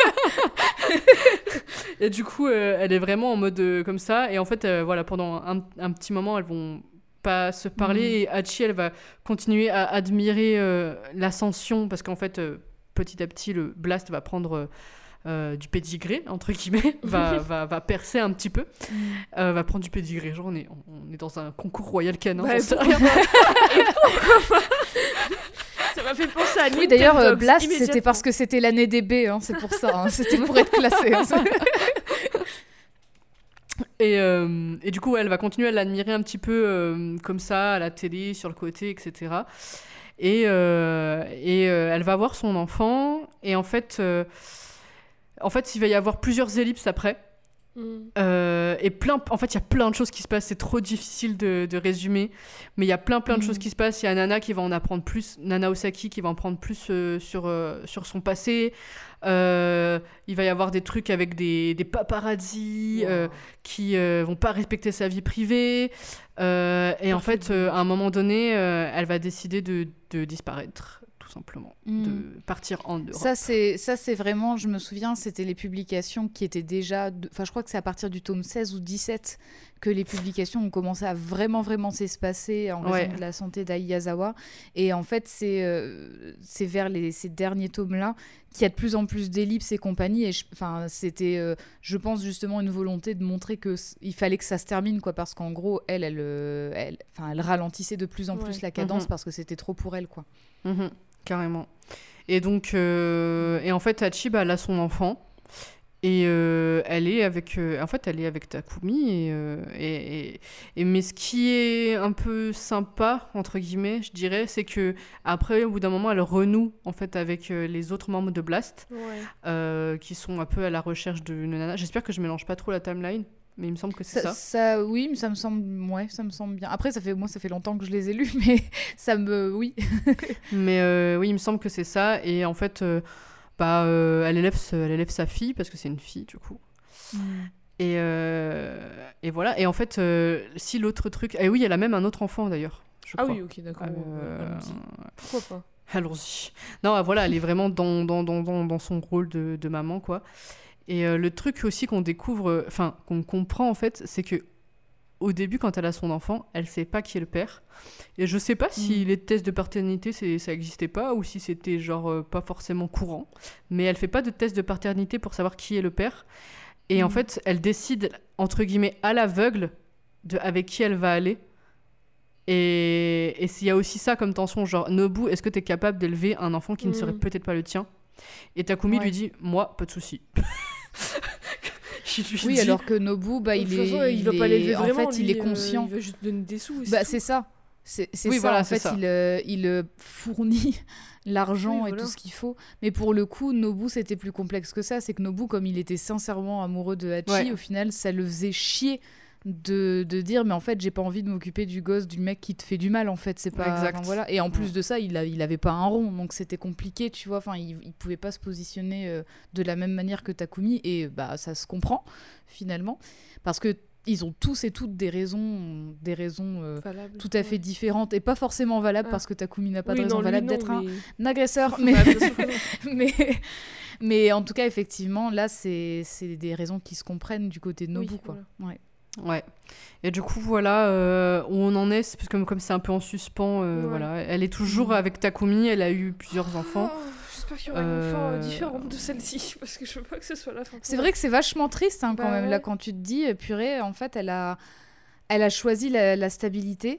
Et du coup, euh, elle est vraiment en mode euh, comme ça. Et en fait, euh, voilà, pendant un, un petit moment, elles vont pas se parler. Mhm. Et Hachi, elle va continuer à admirer euh, l'ascension parce qu'en fait, euh, petit à petit, le Blast va prendre euh, euh, du pédigré, entre guillemets, va, va, va percer un petit peu, euh, va prendre du pédigré. Genre, on est, on est dans un concours royal canin. Bah, j'en sais pourquoi rien. Ça m'a fait penser à Oui, d'ailleurs, euh, Nintendogs, Blast, c'était immédiatement. parce que c'était l'année des B, hein, c'est pour ça. hein, C'était pour être classé. hein. Et, euh, et du coup, ouais, elle va continuer à l'admirer un petit peu euh, comme ça, à la télé, sur le côté, et cetera. Et, euh, et euh, elle va voir son enfant. Et en fait, euh, en fait, il va y avoir plusieurs ellipses après. Mm. Euh, et plein, en fait, il y a plein de choses qui se passent. C'est trop difficile de, de résumer. Mais il y a plein, plein de Mm. choses qui se passent. Il y a Nana qui va en apprendre plus. Nana Osaki qui va en prendre plus euh, sur, euh, sur son passé. Euh, il va y avoir des trucs avec des, des paparazzis euh, qui euh, vont pas respecter sa vie privée. Euh, et en Parfait fait, euh, à un moment donné, euh, elle va décider de, de disparaître, tout simplement, Mm. de partir en Europe. Ça c'est, ça, c'est vraiment, je me souviens, c'était les publications qui étaient déjà... de- Enfin, je crois que c'est à partir du tome seize ou dix-sept que les publications ont commencé à vraiment, vraiment s'espacer en raison Ouais. de la santé d'Aiyazawa. Et en fait, c'est, euh, c'est vers les, ces derniers tomes-là qu'il y a de plus en plus d'ellipses et compagnie. Et je- enfin, c'était, euh, je pense, justement une volonté de montrer qu'il fallait que ça se termine, quoi, parce qu'en gros, elle, elle, euh, elle, enfin, elle ralentissait de plus en plus Ouais. la cadence Mhm. parce que c'était trop pour elle, quoi. Mhm, carrément. Et donc, euh, et en fait, Hachi, bah, elle a son enfant. Et euh, elle est avec, euh, en fait, elle est avec Takumi. Et, euh, et, et- et- mais ce qui est un peu sympa entre guillemets, je dirais, c'est que après, au bout d'un moment, elle renoue en fait avec euh, les autres membres de Blast, Ouais. euh, qui sont un peu à la recherche de nana. J'espère que je mélange pas trop la timeline, mais il me semble que c'est Ça, ça. ça, oui, mais ça me semble, ouais, ça me semble bien. Après, ça fait, moi, ça fait longtemps que je les ai lus, mais ça me, oui. Mais euh, oui, il me semble que c'est ça. Et en fait, euh, bah, euh, elle élève, ce- elle élève sa fille parce que c'est une fille du coup. Et, euh, et voilà. Et en fait, euh, si l'autre truc. Et oui, elle a même un autre enfant d'ailleurs. Je Ah crois. oui, ok, d'accord. Euh, ouais, allons-y. Pourquoi pas? Allons-y. Non, voilà, elle est vraiment dans, dans, dans, dans, dans son rôle de, de maman, quoi. Et euh, le truc aussi qu'on découvre, euh, enfin, qu'on comprend en fait, c'est que au début, quand elle a son enfant, elle sait pas qui est le père. Et je sais pas si Mm. les tests de paternité, c'est, ça existait pas, ou si c'était genre euh, pas forcément courant. Mais elle fait pas de test de paternité pour savoir qui est le père. Et en Mm. fait, elle décide, entre guillemets, à l'aveugle, de avec qui elle va aller. Et et s'il y a aussi ça comme tension, genre, Nobu, est-ce que tu es capable d'élever un enfant qui ne serait Mm. peut-être pas le tien? Et Takumi Ouais. lui dit, moi, pas de souci. Je lui Oui, dis- alors que Nobu, bah, De il toute est, façon, il va est- pas l'élever en vraiment. fait, lui, il est euh, conscient. il va juste donner des sous. et Bah, tout. c'est ça. C'est c'est Oui, ça, voilà, en c'est fait, ça. il, euh, il euh, fournit l'argent Oui, et voilà. tout ce qu'il faut. Mais pour le coup, Nobu, c'était plus complexe que ça. C'est que Nobu, comme il était sincèrement amoureux de Hachi, Ouais. au final, ça le faisait chier de, de dire, mais en fait, j'ai pas envie de m'occuper du gosse du mec qui te fait du mal, en fait. C'est pas... Exact. enfin, voilà. Et en plus Ouais. de ça, il, a, il avait pas un rond, donc c'était compliqué, tu vois. Enfin, il, il pouvait pas se positionner euh, de la même manière que Takumi, et bah, ça se comprend, finalement. Parce que ils ont tous et toutes des raisons, des raisons euh, Valable. tout à fait différentes et pas forcément valables Ah. parce que Takumi n'a pas Oui, de raison non, lui, valable non, d'être un, mais- un agresseur. Mais... Bah, bien sûr que non. mais... mais en tout cas, effectivement, là, c'est c'est des raisons qui se comprennent du côté de Nobu. Oui, quoi. Ouais. Ouais. Et du coup, voilà euh, où on en est, c'est parce que comme c'est un peu en suspens, euh, Ouais. voilà, elle est toujours Mhm. avec Takumi, elle a eu plusieurs enfants. Oh, J'espère qu'il y aura une fin Euh, euh, différente de celle-ci, parce que je veux pas que ce soit la fin. C'est vrai que c'est vachement triste hein, quand Bah même, ouais. là, quand tu te dis, euh, purée, en fait, elle a, elle a choisi la, la stabilité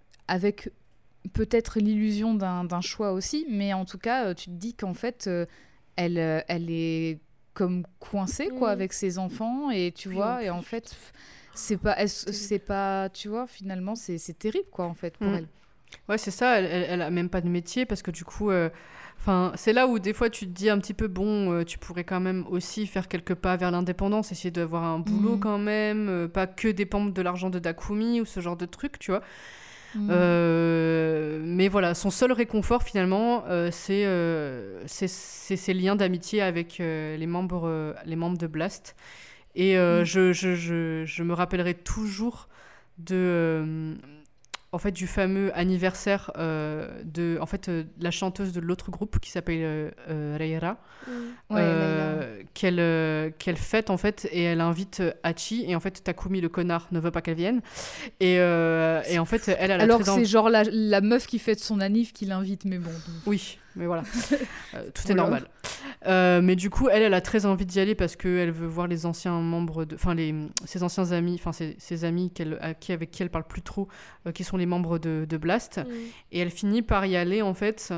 avec peut-être l'illusion d'un d'un choix aussi, mais en tout cas, euh, tu te dis qu'en fait, euh, elle, euh, elle est comme coincée, quoi, Mhm. avec ses enfants, et tu Oui, vois, en et en plus, fait, pff, c'est pas, elle- terrible. c'est pas, tu vois, finalement, c'est c'est terrible, quoi, en fait, pour Mhm. elle. Ouais, c'est ça, elle, elle, elle a même pas de métier parce que du coup, euh, enfin, c'est là où des fois tu te dis un petit peu, bon, euh, tu pourrais quand même aussi faire quelques pas vers l'indépendance, essayer d'avoir un boulot Mhm. quand même, euh, pas que dépendre de l'argent de Takumi ou ce genre de truc, tu vois. Mhm. Euh, mais voilà, son seul réconfort finalement, euh, c'est euh, c'est- c'est ses liens d'amitié avec euh, les, membres, euh, les membres de Blast. Et euh, Mm. je, je, je, je me rappellerai toujours de, euh, en fait, du fameux anniversaire euh, de en fait, euh, la chanteuse de l'autre groupe qui s'appelle euh, euh, Reira. Mm. Ouais, Euh, qu'elle euh, qu'elle fête en fait et elle invite euh, Hachi et en fait Takumi le connard ne veut pas qu'elle vienne et, euh, et en fait elle, elle a Alors très que envie- c'est genre la, la meuf qui fête son anniv qui l'invite, mais bon. donc. oui mais voilà Euh, tout est Voilà. normal. Euh, mais du coup elle elle a très envie d'y aller parce que elle veut voir les anciens membres de enfin les ses anciens amis enfin ses, ses amis qu'elle à qui avec qui elle parle plus trop euh, qui sont les membres de, de Blast Mm. et elle finit par y aller en fait.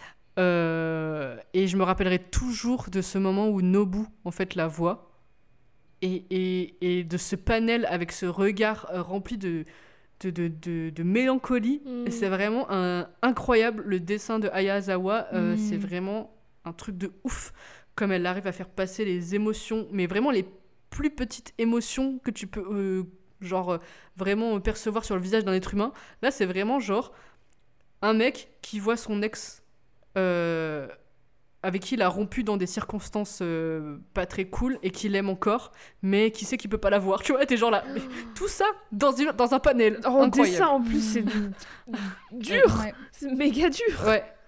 Euh, et je me rappellerai toujours de ce moment où Nobu en fait la voit et, et, et de ce panel avec ce regard euh, rempli de, de, de, de, de mélancolie. Mm. Et c'est vraiment un, incroyable. Le dessin de Ayazawa, euh, Mm. c'est vraiment un truc de ouf. Comme elle arrive à faire passer les émotions, mais vraiment les plus petites émotions que tu peux euh, genre euh, vraiment percevoir sur le visage d'un être humain. Là, c'est vraiment genre un mec qui voit son ex euh, avec qui il a rompu dans des circonstances euh, pas très cool et qu'il aime encore, mais qui sait qu'il peut pas la voir. Tu vois, t'es genre là. Mais tout ça dans, une- dans un panel. En Incroyable. dessin, en plus, c'est dur. Ouais. C'est méga dur. Ouais.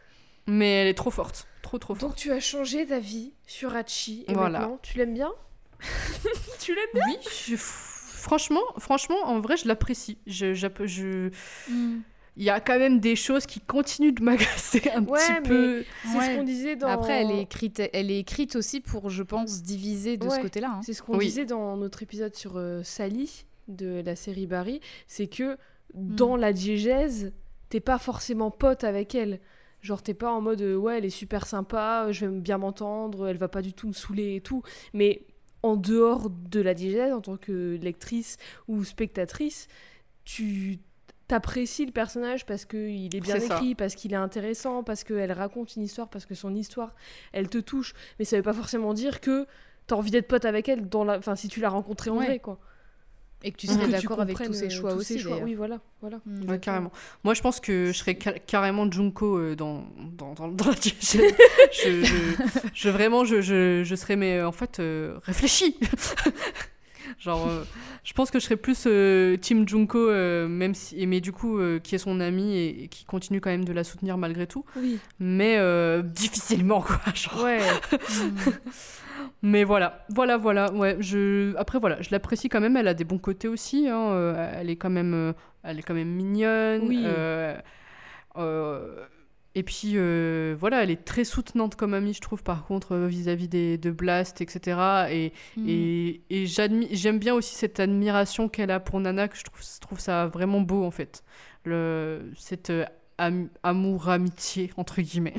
Mais elle est trop forte. Trop, trop forte. Donc tu as changé d'avis sur Hachi et Voilà. maintenant tu l'aimes bien. Tu l'aimes bien. Oui, je- franchement, franchement, en vrai, je l'apprécie. Je, j'app- je... Mm. Il y a quand même des choses qui continuent de m'agacer un Ouais, petit mais peu. C'est Ouais. ce qu'on disait dans. Après, elle est, écrite, elle est écrite aussi pour, je pense, diviser de ce Ouais. côté-là. hein. C'est ce qu'on Oui. disait dans notre épisode sur euh, Sally de la série Barry, c'est que dans la diégèse, t'es pas forcément pote avec elle. Genre t'es pas en mode euh, ouais elle est super sympa, euh, je vais bien m'entendre, elle va pas du tout me saouler et tout. Mais en dehors de la diégèse, en tant que lectrice ou spectatrice, tu t'apprécies le personnage parce qu'il est bien C'est ça. écrit, parce qu'il est intéressant, parce qu'elle raconte une histoire, parce que son histoire, elle te touche. Mais ça veut pas forcément dire que t'as envie d'être pote avec elle dans la... enfin, si tu l'as rencontrée en Ouais. vrai, quoi. Et que tu Pour serais que tu d'accord avec tous comprennes, ses euh, choix tous aussi. ses choix. d'ailleurs. Oui, voilà. voilà. Mm. Ouais, Exactement. carrément. Moi, je pense que je serais ca- carrément Junko euh, dans, dans, dans, dans la diégèse. je, je, je- Vraiment, je, je, je serais, mais euh, en fait, euh, réfléchis. Genre, euh, je pense que je serais plus euh, Team Junko, euh, même si, mais du coup, euh, qui est son ami et, et qui continue quand même de la soutenir malgré tout. Oui. Mais euh, difficilement, quoi. Genre. Ouais. Mm. Mais voilà, voilà, voilà. Ouais, je... Après, voilà, je l'apprécie quand même. Elle a des bons côtés aussi. Hein. euh, Elle est quand même, euh, elle est quand même mignonne. Oui. euh, euh, Et puis, euh, voilà, elle est très soutenante comme amie, je trouve, par contre, euh, vis-à-vis des, de Blast, et cetera. Et, Mm. et, et j'admi- j'aime bien aussi cette admiration qu'elle a pour Nana, que je trouve, je trouve ça vraiment beau, en fait. Le, cette euh, am- amour-amitié, entre guillemets.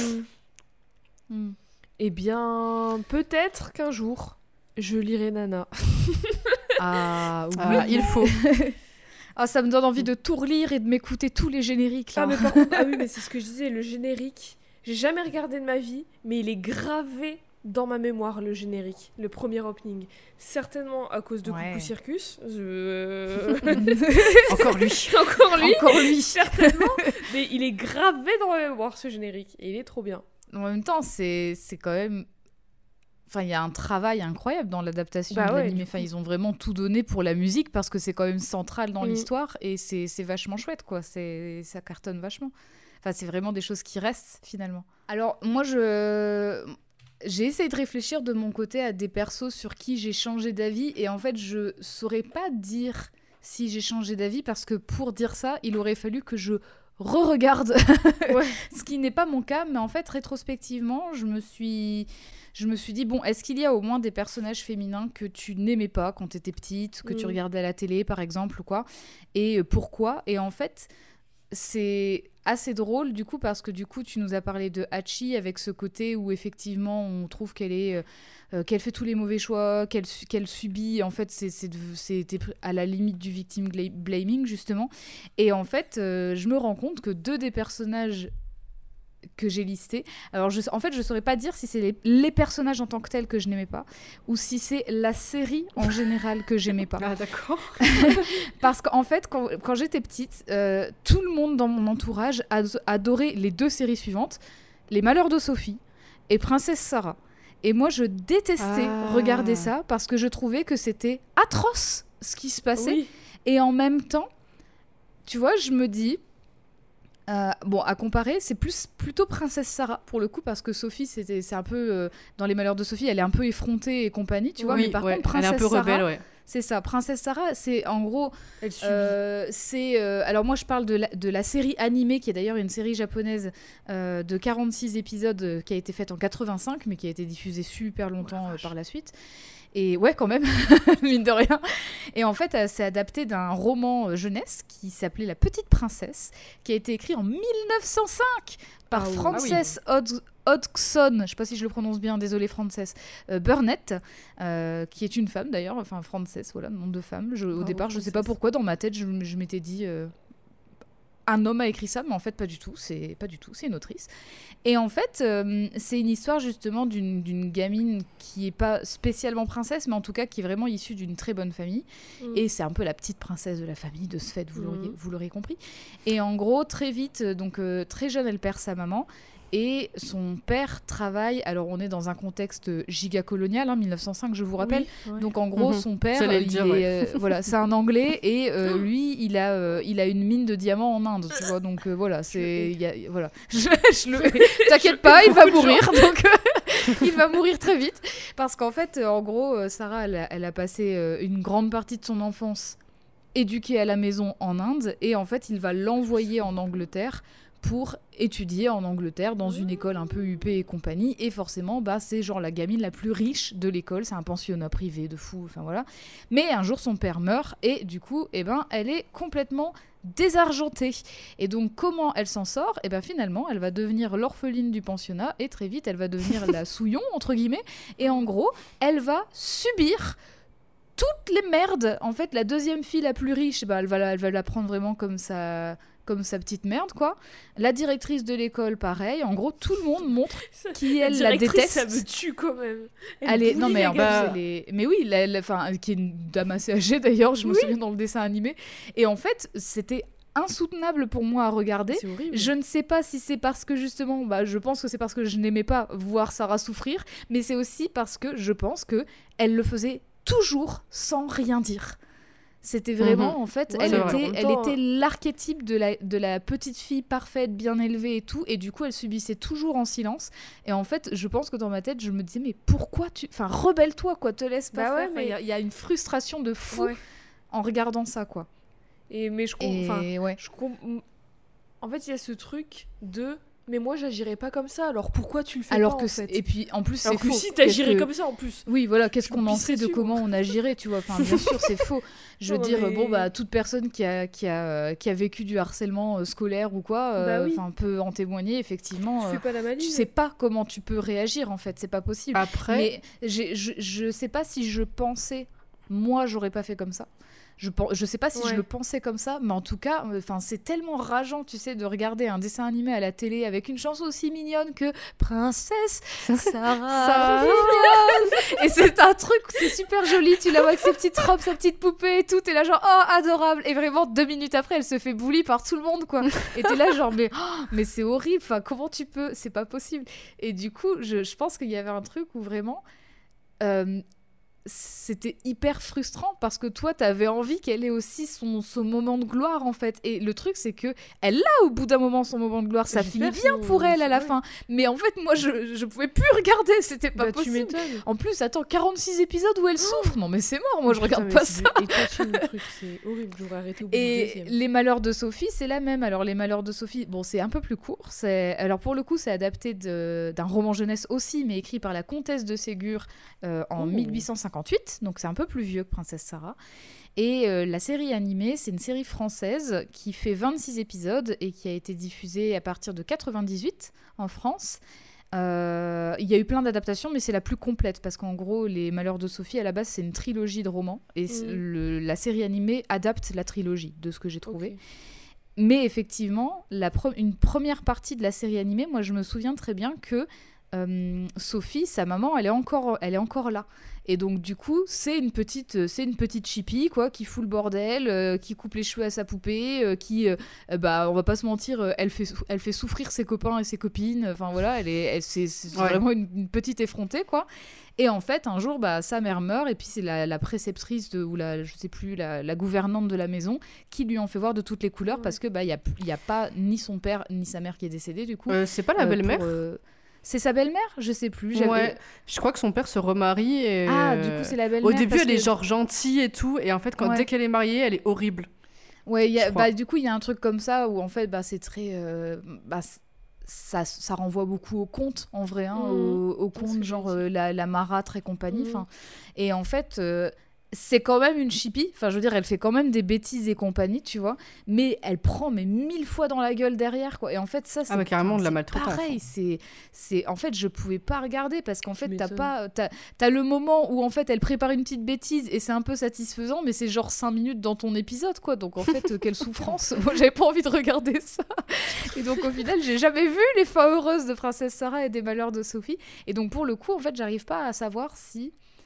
Mm. Mm. Eh bien, peut-être qu'un jour, je lirai Nana. Ah oui. Ah, il faut. Ah, ça me donne envie de tout relire et de m'écouter tous les génériques là. Ah, mais par contre, ah oui, mais c'est ce que je disais, le générique, j'ai jamais regardé de ma vie, mais il est gravé dans ma mémoire, le générique, le premier opening. Certainement à cause de Ouais. Coucou Circus. Je... Encore lui. Encore lui. Encore lui. Certainement. Mais il est gravé dans ma mémoire, ce générique. Et il est trop bien. En même temps, c'est c'est quand même. Enfin, il y a un travail incroyable dans l'adaptation Bah de ouais, l'anime. du Enfin, coup. ils ont vraiment tout donné pour la musique parce que c'est quand même central dans Mm. l'histoire et c'est c'est vachement chouette, quoi. C'est ça cartonne vachement. Enfin, c'est vraiment des choses qui restent finalement. Alors, moi, je j'ai essayé de réfléchir de mon côté à des persos sur qui j'ai changé d'avis et en fait, je saurais pas dire si j'ai changé d'avis parce que pour dire ça, il aurait fallu que je re-regarde Ouais. ce qui n'est pas mon cas, mais en fait, rétrospectivement, je me suis, je me suis dit, bon, est-ce qu'il y a au moins des personnages féminins que tu n'aimais pas quand tu étais petite, que tu Mm. regardais à la télé, par exemple, ou quoi, et euh, pourquoi? Et en fait, c'est assez drôle, du coup, parce que du coup, tu nous as parlé de Hachi avec ce côté où, effectivement, on trouve qu'elle est... euh, euh, qu'elle fait tous les mauvais choix, qu'elle, su- qu'elle subit, en fait, c'est, c'est, c'était à la limite du victim gla- blaming, justement. Et en fait, euh, je me rends compte que deux des personnages que j'ai listés, alors je, en fait, je saurais pas dire si c'est les, les personnages en tant que tels que je n'aimais pas, ou si c'est la série en général que j'aimais pas. Ah, d'accord. Parce qu'en fait, quand, quand j'étais petite, euh, tout le monde dans mon entourage ad- adorait les deux séries suivantes, Les Malheurs de Sophie et Princesse Sarah. Et moi, je détestais Ah. regarder ça parce que je trouvais que c'était atroce ce qui se passait. Oui. Et en même temps, tu vois, je me dis... euh, bon, à comparer, c'est plus plutôt Princesse Sarah pour le coup parce que Sophie, c'était, c'est un peu euh, dans Les Malheurs de Sophie, elle est un peu effrontée et compagnie, tu vois. Oui, mais par ouais, contre, Princesse elle est un peu Sarah, rebelle, ouais. c'est ça. Princesse Sarah, c'est en gros, Elle subit. euh, c'est euh, alors moi je parle de la, de la série animée qui est d'ailleurs une série japonaise euh, de quarante-six épisodes euh, qui a été faite en quatre-vingt-cinq mais qui a été diffusée super longtemps euh, par la suite. Et ouais, quand même, mine de rien. Et en fait, euh, c'est adapté d'un roman euh, jeunesse qui s'appelait La Petite Princesse, qui a été écrit en mille neuf cent cinq par Ah oui. Frances Hodg- Hodgson, je sais pas si je le prononce bien, désolée Frances, euh, Burnett, euh, qui est une femme d'ailleurs, enfin Frances, voilà, nom de femme. Je- au Bravo, départ, je sais pas Frances. pourquoi, dans ma tête, je, m- je m'étais dit... euh, un homme a écrit ça, mais en fait pas du tout, c'est pas du tout, c'est une autrice. Et en fait, euh, c'est une histoire justement d'une, d'une gamine qui est pas spécialement princesse, mais en tout cas qui est vraiment issue d'une très bonne famille. Mm. Et c'est un peu la petite princesse de la famille, de ce fait, vous l'auriez, Mhm. vous l'aurez compris. Et en gros, très vite, euh, donc euh, très jeune, elle perd sa maman. Et son père travaille, alors on est dans un contexte giga colonial, hein, mille neuf cent cinq je vous rappelle, Oui, ouais. donc en gros Mhm. son père, J'allais le il dire, est, ouais. euh, voilà, c'est un Anglais et euh, lui il a, euh, il a une mine de diamants en Inde, tu vois, donc euh, voilà, c'est, il y a, voilà. je, je le, t'inquiète pas, il va mourir, donc euh, il va mourir très vite, parce qu'en fait, euh, en gros, euh, Sarah, elle a, elle a passé euh, une grande partie de son enfance éduquée à la maison en Inde, et en fait il va l'envoyer en Angleterre pour étudier en Angleterre dans une école un peu huppée et compagnie, et forcément bah c'est genre la gamine la plus riche de l'école, c'est un pensionnat privé de fou, enfin voilà. Mais un jour son père meurt et du coup eh ben elle est complètement désargentée. Et donc comment elle s'en sort? Et ben finalement elle va devenir l'orpheline du pensionnat, et très vite elle va devenir la souillon entre guillemets, et en gros elle va subir toutes les merdes. En fait, la deuxième fille la plus riche, bah, elle va la, elle va la prendre vraiment comme sa, comme sa petite merde, quoi. La directrice de l'école, pareil. En gros, tout le monde montre qui elle la déteste. Ça me tue quand même. Elle Elle est... bully Non, mais la en gamine. fait, elle est... Mais oui, la- la- enfin, qui est une dame assez âgée, d'ailleurs, je me Oui. souviens dans le dessin animé. Et en fait, c'était insoutenable pour moi à regarder. C'est horrible. Je ne sais pas si c'est parce que justement, bah, je pense que c'est parce que je n'aimais pas voir Sarah souffrir, mais c'est aussi parce que je pense que elle le faisait toujours sans rien dire. C'était vraiment, Mhm. en fait, Ouais, elle, c'est vrai. était, En même elle temps, était l'archétype de la, de la petite fille parfaite, bien élevée et tout, et du coup, elle subissait toujours en silence. Et en fait, je pense que dans ma tête, je me disais, mais pourquoi tu... Enfin, rebelle-toi, quoi, te laisse pas Bah ouais, faire. Enfin, Il mais- y a- il y, a une frustration de fou Ouais. en regardant ça, quoi. Et mais je com- enfin, Et ouais. je com- en fait, il y a ce truc de mais moi j'agirais pas comme ça. Alors pourquoi tu le fais Alors pas que en c'est- fait et puis en plus c'est Alors que faux. si Qu'est-ce t'agirais que- comme ça en plus. Oui, voilà, qu'est-ce Je qu'on me en pisserais sait de dessus, comment on agirait, tu vois. Enfin, bien sûr, c'est faux. Je veux Non, dire, mais- bon, bah, toute personne qui a, qui a, qui a vécu du harcèlement euh, scolaire ou quoi, euh, Bah oui. enfin, peut en témoigner, effectivement. Tu euh, fais pas la maline. tu sais pas comment tu peux réagir, en fait, c'est pas possible. Après, Mais j'ai- je, je sais pas si je pensais, moi, j'aurais pas fait comme ça. Je, pen- je sais pas si Ouais. je le pensais comme ça, mais en tout cas, enfin, c'est tellement rageant, tu sais, de regarder un dessin animé à la télé avec une chanson aussi mignonne que Princesse Sarah. Ça- mignonne. Et c'est un truc, c'est super joli, tu la vois avec ses petites robes, sa petite poupée et tout, t'es là genre, oh, adorable. Et vraiment, deux minutes après, elle se fait bully par tout le monde, quoi. Et t'es là genre, mais, oh, mais c'est horrible, enfin, comment tu peux, c'est pas possible. Et du coup, je, je pense qu'il y avait un truc où vraiment... euh, c'était hyper frustrant parce que toi t'avais envie qu'elle ait aussi son, son moment de gloire en fait, et le truc c'est que elle a au bout d'un moment son moment de gloire, ça finit J'espère bien son- pour elle à la ouais. fin, mais en fait moi je, je pouvais plus regarder, c'était pas Bah, tu possible. m'étonnes. En plus attends, quarante-six épisodes où elle souffre, non mais c'est mort, moi je Putain, regarde mais pas c'est ça. du- Et toi, tu le truc, c'est horrible. J'aurais arrêté au bout du Et deuxième. les malheurs de Sophie, c'est la même. Alors les malheurs de Sophie, bon, c'est un peu plus court. C'est alors pour le coup, c'est adapté de- d'un roman jeunesse aussi, mais écrit par la comtesse de Ségur euh, en Oh. mille huit cent cinquante-huit. Donc c'est un peu plus vieux que Princesse Sarah. Et euh, la série animée, c'est une série française qui fait vingt-six épisodes et qui a été diffusée à partir de quatre-vingt-dix-huit en France. Euh, Il y a eu plein d'adaptations, mais c'est la plus complète parce qu'en gros, Les Malheurs de Sophie, à la base, c'est une trilogie de romans. Et c- Mhm. le- la série animée adapte la trilogie, de ce que j'ai trouvé. Ok. Mais effectivement, la pre- une première partie de la série animée, moi je me souviens très bien que euh, Sophie, sa maman, elle est encore, elle est encore là. Et donc du coup, c'est une petite, c'est une petite chippie quoi, qui fout le bordel, euh, qui coupe les cheveux à sa poupée, euh, qui, euh, euh, bah, on va pas se mentir, euh, elle fait, sou- elle fait souffrir ses copains et ses copines. Enfin voilà, elle est, elle- c'est, c'est Ouais. vraiment une, une petite effrontée quoi. Et en fait, un jour, bah, sa mère meurt, et puis c'est la, la préceptrice de, ou la, je sais plus, la, la gouvernante de la maison qui lui en fait voir de toutes les couleurs Ouais. parce que bah il y a, il y a pas ni son père ni sa mère qui est décédée du coup. euh, c'est pas la Euh, belle-mère pour, euh, C'est sa belle-mère, je sais plus. j'avais- Ouais, je crois que son père se remarie et... Ah, du coup c'est la belle-mère. Au début, parce elle est que- genre gentille et tout, et en fait, quand Ouais. dès qu'elle est mariée, elle est horrible. Ouais, il y a- je crois. bah, du coup il y a un truc comme ça où en fait bah c'est très, euh, bah, c- ça, ça renvoie beaucoup au conte en vrai, hein, Mhm. au, au C'est ce conte que genre j'allais euh, la, la marâtre et compagnie. Mhm. Enfin, et en fait. euh, c'est quand même une chippie, enfin je veux dire elle fait quand même des bêtises et compagnie tu vois, mais elle prend mais mille fois dans la gueule derrière quoi, et en fait ça c'est Ah, mais carrément enfin, de la c'est maltraitance, pareil, hein. c'est c'est en fait je pouvais pas regarder parce qu'en Tu fait t'as m'étonnes. pas t'as, t'as le moment où en fait elle prépare une petite bêtise et c'est un peu satisfaisant, mais c'est genre cinq minutes dans ton épisode quoi, donc en fait euh, quelle souffrance. Moi j'avais pas envie de regarder ça, et donc au final j'ai jamais vu les fins heureuses de Princesse Sarah et des malheurs de Sophie, et donc pour le coup en fait j'arrive pas à savoir si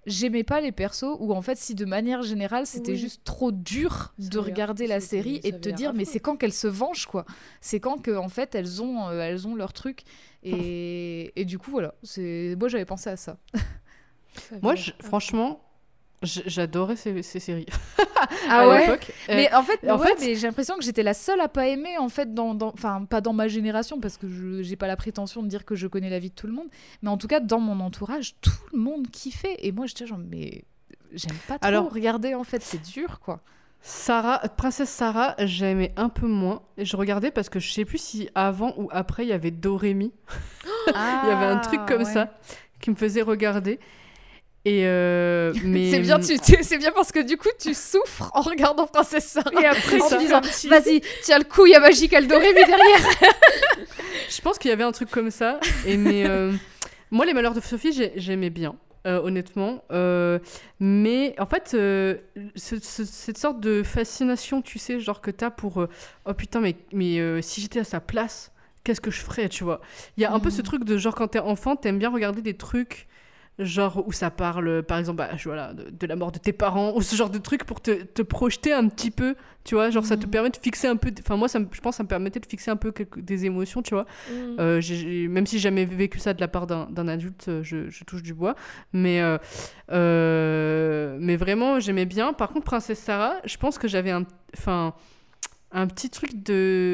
j'aimais pas les persos, ou en fait, si de manière générale, c'était Oui. juste trop dur Ça de avait l'air- regarder la c'était- série ça et de avait te l'air dire, mais affreux. c'est quand qu'elles se vengent, quoi. C'est quand que, en fait, elles ont, euh, elles ont leur truc. Et, et du coup, voilà. C'est... Moi, j'avais pensé à ça. Ça avait Moi, l'air je- affreux. franchement, j- j'adorais ces, ces séries Ah à ouais l'époque. Euh, Mais en fait, en ouais, fait- mais j'ai l'impression que j'étais la seule à pas aimer, en fait, dans, dans- enfin, pas dans ma génération, parce que je j'ai pas la prétention de dire que je connais la vie de tout le monde, mais en tout cas, dans mon entourage, tout le monde kiffait. Et moi, j'étais genre, mais j'aime pas trop Alors- regarder, en fait, c'est dur, quoi. Sarah, Princesse Sarah, j'aimais un peu moins. Et je regardais parce que je sais plus si avant ou après il y avait Dorémy. Il y avait un truc comme ça qui me faisait regarder. Et euh, mais C'est bien, tu- tu- c'est bien parce que du coup, tu souffres en regardant Princesse Sarah. Et après, en ça te disant, fait un petit- vas-y, tiens le couille à magique Aldorémy derrière. je pense qu'il y avait un truc comme ça. Et mais euh, moi, les Malheurs de Sophie, j'ai- j'aimais bien. Euh, honnêtement, Euh, mais en fait, euh, ce- ce- cette sorte de fascination, tu sais, genre que t'as pour euh, oh putain, mais, mais euh, si j'étais à sa place, qu'est-ce que je ferais, tu vois. Il y a un peu ce Mhm. truc de genre quand t'es enfant, t'aimes bien regarder des trucs genre où ça parle, par exemple, bah, je- voilà, de, de la mort de tes parents, ou ce genre de trucs pour te, te projeter un petit peu, tu vois, genre ça te Mhm. permet de fixer un peu, enfin moi, ça me- je pense que ça me permettait de fixer un peu quelques- des émotions, tu vois. Mm. Euh, j'ai- j'ai- même si j'ai jamais vécu ça de la part d'un d'un adulte, euh, je, je touche du bois. Mais, euh, euh, mais vraiment, j'aimais bien. Par contre, Princesse Sarah, je pense que j'avais un, enfin, un petit truc de,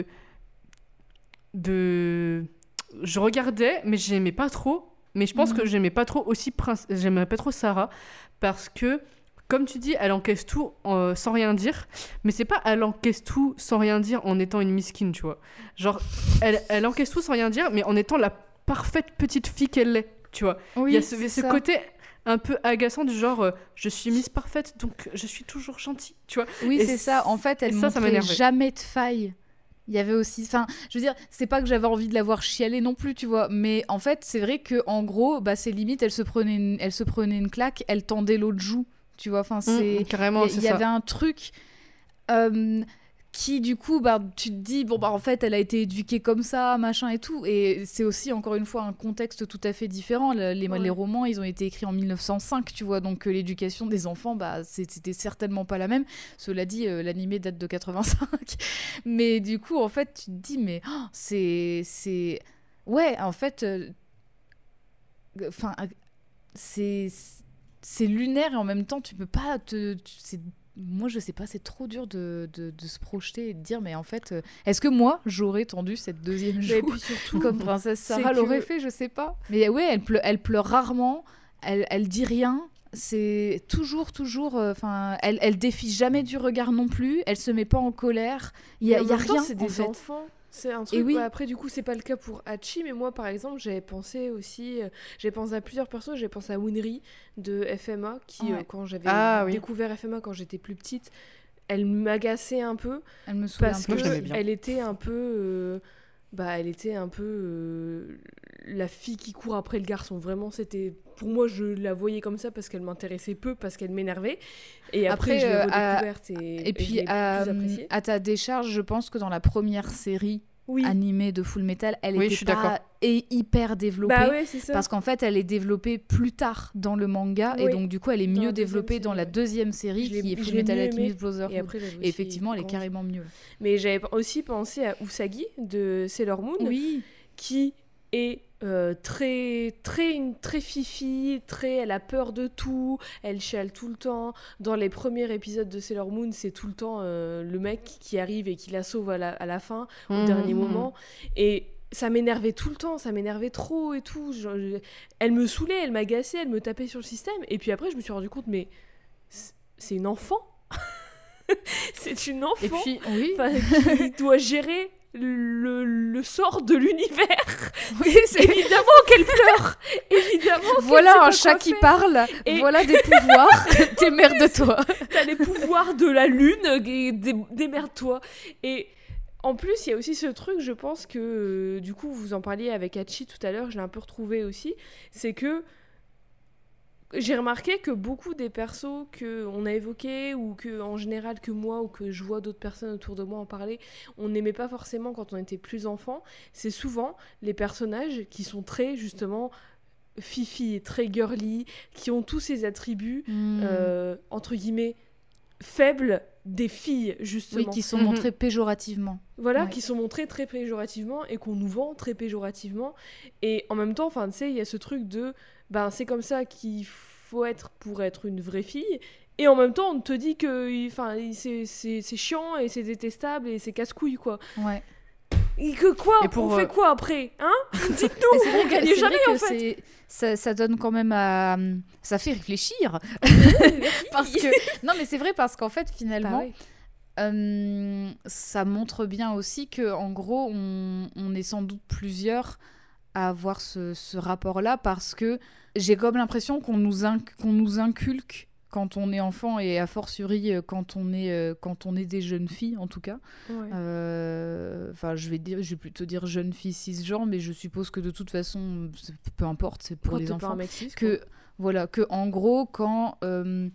de... Je regardais, mais j'aimais pas trop. Mais je pense Mhm. que j'aimais pas trop aussi Prince... j'aimais pas trop Sarah parce que, comme tu dis, elle encaisse tout euh, sans rien dire. Mais c'est pas elle encaisse tout sans rien dire en étant une miskine, tu vois. Genre, elle, elle encaisse tout sans rien dire, mais en étant la parfaite petite fille qu'elle est, tu vois. Oui, Il y a ce, c'est ce ça. côté un peu agaçant du genre euh, je suis Miss Parfaite donc je suis toujours gentille, tu vois. Oui, Et c'est ça. En fait, elle et ça, ça montrait m'énervait. jamais de faille. Il y avait aussi, enfin, je veux dire, c'est pas que j'avais envie de la voir chialer non plus, tu vois, mais en fait, c'est vrai que en gros, bah, c'est limite, elle se prenait une, elle se prenait une claque, elle tendait l'autre joue, tu vois, enfin, c'est, Mmh, carrément, il c'est y, y ça. avait un truc euh, qui, du coup, bah, tu te dis, bon, bah, en fait, elle a été éduquée comme ça, machin et tout, et c'est aussi, encore une fois, un contexte tout à fait différent. Le- les, Ouais. les romans, ils ont été écrits en mille neuf cent cinq, tu vois, donc euh, l'éducation des enfants, bah, c'est- c'était certainement pas la même. Cela dit, euh, l'animé date de quatre-vingt-cinq. Mais du coup, en fait, tu te dis, mais oh, c'est. c'est... Ouais, en fait. euh, Enfin. euh, c'est. C'est lunaire et en même temps, tu peux pas te. tu- c'est... Moi, je sais pas, c'est trop dur de, de, de se projeter et de dire, mais en fait, euh, est-ce que moi, j'aurais tendu cette deuxième Mais joue puis surtout, comme Princesse c'est Sarah que- l'aurait fait, je sais pas. Mais ouais, elle, pleu- elle pleure rarement, elle, elle dit rien. C'est toujours, toujours. Enfin, elle, elle défie jamais du regard non plus. Elle se met pas en colère. Il y a, Mais en il y a même temps, rien. c'est en des fait. enfants. C'est un truc. Et oui. Bah, après, du coup, c'est pas le cas pour Hachi, mais moi, par exemple, j'avais pensé aussi. euh, j'ai pensé à plusieurs personnes. J'ai pensé à Winry de F M A, qui, euh, Ouais. quand j'avais Ah, oui. découvert F M A quand j'étais plus petite, elle m'agaçait un peu Elle me saoule un parce peu. Moi, je l'aimais que bien. elle était un peu. euh, bah, elle était un peu euh, la fille qui court après le garçon. Vraiment, c'était. Pour moi, je la voyais comme ça parce qu'elle m'intéressait peu, parce qu'elle m'énervait. Et après, Après, je l'ai euh, à- redécouverte et, Et puis, je l'ai à, plus appréciée. à ta décharge, je pense que dans la première série Oui. animée de Full Metal, elle Oui, je était suis pas d'accord. et hyper développée. Bah ouais, c'est ça. Parce qu'en fait, elle est développée plus tard dans le manga, et Oui. donc du coup, elle est Dans mieux la deuxième développée série, dans la ouais. deuxième série, Je l'ai- qui est je Full l'ai Metal mieux Alchemist aimée. Brotherhood. Et après, j'avais Et aussi effectivement, elle est quand- carrément mieux. Mais j'avais aussi pensé à Usagi de Sailor Moon, Oui. qui est euh, très, très, une, très fifi, très, elle a peur de tout, elle chiale tout le temps. Dans les premiers épisodes de Sailor Moon, c'est tout le temps euh, le mec qui arrive et qui la sauve à la, à la fin, au Mhm. dernier moment. Et ça m'énervait tout le temps, ça m'énervait trop et tout. Je- je- elle me saoulait, elle m'agaçait, elle me tapait sur le système. Et puis après, je me suis rendu compte, mais c'est- c'est une enfant. C'est une enfant. Et puis Oui. Enfin, qui doit gérer le, le sort de l'univers. Oui, c'est- Évidemment qu'elle pleure. Évidemment qu'elle Voilà sait un pas chat quoi qui faire. parle. Et- Voilà des pouvoirs. T'es mère de toi. T'as les pouvoirs de la lune, et dé- démerde-toi. Et en plus, il y a aussi ce truc, je pense que, euh, du coup, vous en parliez avec Hachi tout à l'heure, je l'ai un peu retrouvé aussi, c'est que j'ai remarqué que beaucoup des persos qu'on a évoqués, ou que en général que moi, ou que je vois d'autres personnes autour de moi en parler, on n'aimait pas forcément quand on était plus enfant, c'est souvent les personnages qui sont très, justement, fifi, très girly, qui ont tous ces attributs, Mmh. euh, entre guillemets, faibles des filles, justement. Oui, qui sont Mhm. montrés péjorativement. Voilà, Ouais. qui sont montrés très péjorativement et qu'on nous vend très péjorativement. Et en même temps, enfin, tu sais, il y a ce truc de, ben, c'est comme ça qu'il faut être pour être une vraie fille. Et en même temps, on te dit que, enfin, c'est, c'est, c'est chiant et c'est détestable et c'est casse-couille, quoi. Ouais. Et que quoi Et pour, On euh, fait quoi après, hein Dites-nous. Mais c'est vrai On que, gagne c'est jamais, vrai en que fait. c'est- ça, ça donne quand même à... Ça fait réfléchir. parce que... Non, mais c'est vrai parce qu'en fait, finalement, Pareil. euh, ça montre bien aussi que, en gros, on, on est sans doute plusieurs à avoir ce, ce rapport-là parce que j'ai comme l'impression qu'on nous, inc- qu'on nous inculque quand on est enfant et a fortiori euh, quand on est, euh, quand on est des jeunes filles, en tout cas. Ouais. Euh, Enfin, je vais dire, je vais plutôt dire jeune fille cisgenre, mais je suppose que de toute façon, c'est- peu importe, c'est pour Quand les t'es pas enfants. un mec cis, Que voilà, que en gros, quand euh,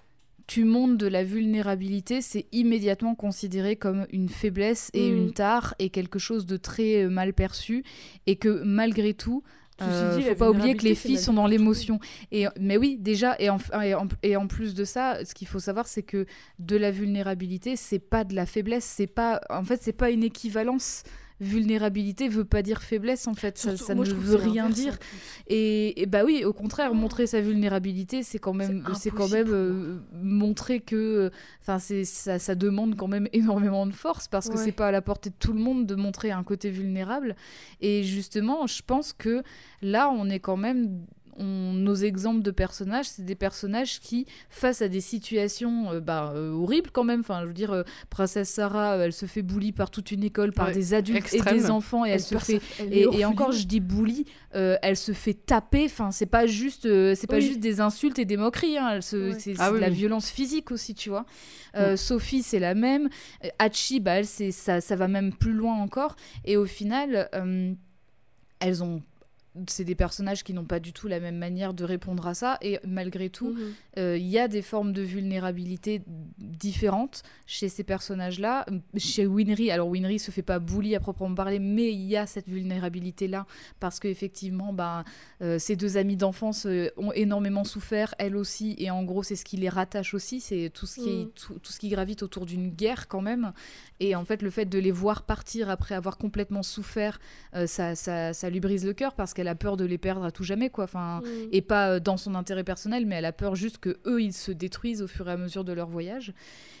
tu montes de la vulnérabilité, c'est immédiatement considéré comme une faiblesse et Mhm. une tare et quelque chose de très euh, mal perçu, et que malgré tout. Ceci Euh, dit, faut la pas oublier que les vulnérabilité, c'est filles mal sont dans perçu. l'émotion. Et, mais oui, déjà, et en, et, en, et en plus de ça, ce qu'il faut savoir, c'est que de la vulnérabilité, c'est pas de la faiblesse, c'est pas, en fait, c'est pas une équivalence. Vulnérabilité veut pas dire faiblesse, en fait, ça, Surtout, ça moi, ne je trouve veut que c'est rien l'inverse, dire. en plus. Et, et bah oui, au contraire, montrer sa vulnérabilité, c'est quand même, C'est c'est quand impossible même pour euh, montrer que, enfin, c'est ça, ça demande quand même énormément de force parce que Ouais. c'est pas à la portée de tout le monde de montrer un côté vulnérable. Et justement, je pense que là, on est quand même on- nos exemples de personnages, c'est des personnages qui, face à des situations euh, bah, euh, horribles quand même, enfin, je veux dire, euh, Princesse Sarah, euh, elle se fait bully par toute une école, par Ouais, des adultes extrême. et des enfants, et elle, se perd fait sa- elle est et, et orpheline. encore, je dis bully, euh, elle se fait taper. Enfin, c'est pas juste, euh, c'est pas Oui. juste des insultes et des moqueries. Hein. Elle se, Ouais. c'est, Ah c'est oui, de la oui. violence physique aussi, tu vois. Euh, Sophie, c'est la même. Euh, Hachi, bah, elle, c'est ça, ça va même plus loin encore. Et au final, euh, elles ont. C'est des personnages qui n'ont pas du tout la même manière de répondre à ça. Et malgré tout, Mhm. euh, il y a des formes de vulnérabilité différentes chez ces personnages-là. Chez Winry, alors Winry se fait pas bully à proprement parler, mais il y a cette vulnérabilité-là parce qu'effectivement, bah, euh, ces deux amies d'enfance euh, ont énormément souffert, elles aussi, et en gros, c'est ce qui les rattache aussi, c'est tout ce qui, est- Mm. tout, tout ce qui gravite autour d'une guerre quand même. Et en fait, le fait de les voir partir après avoir complètement souffert, euh, ça, ça, ça lui brise le cœur parce qu'elle a peur de les perdre à tout jamais, quoi. Enfin, Mhm. et pas euh, dans son intérêt personnel, mais elle a peur juste que eux ils se détruisent au fur et à mesure de leur voyage.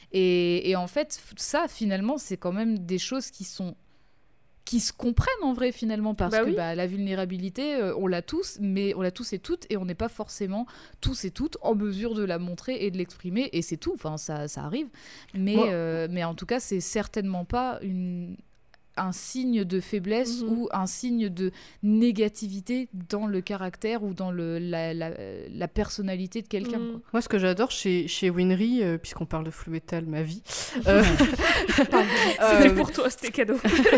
Et, et en fait, f- ça finalement, c'est quand même des choses qui sont qui se comprennent en vrai finalement parce Bah que oui. bah, la vulnérabilité euh, on l'a tous, mais on l'a tous et toutes, et on n'est pas forcément tous et toutes en mesure de la montrer et de l'exprimer, et c'est tout. Enfin, ça, ça arrive, mais Moi- euh, mais en tout cas, c'est certainement pas une un signe de faiblesse Mhm. ou un signe de négativité dans le caractère ou dans le, la, la, la personnalité de quelqu'un. Mhm. quoi. Moi, ce que j'adore chez, chez Winry, euh, puisqu'on parle de Full Metal, ma vie, euh, C'était euh, pour toi, c'était cadeau.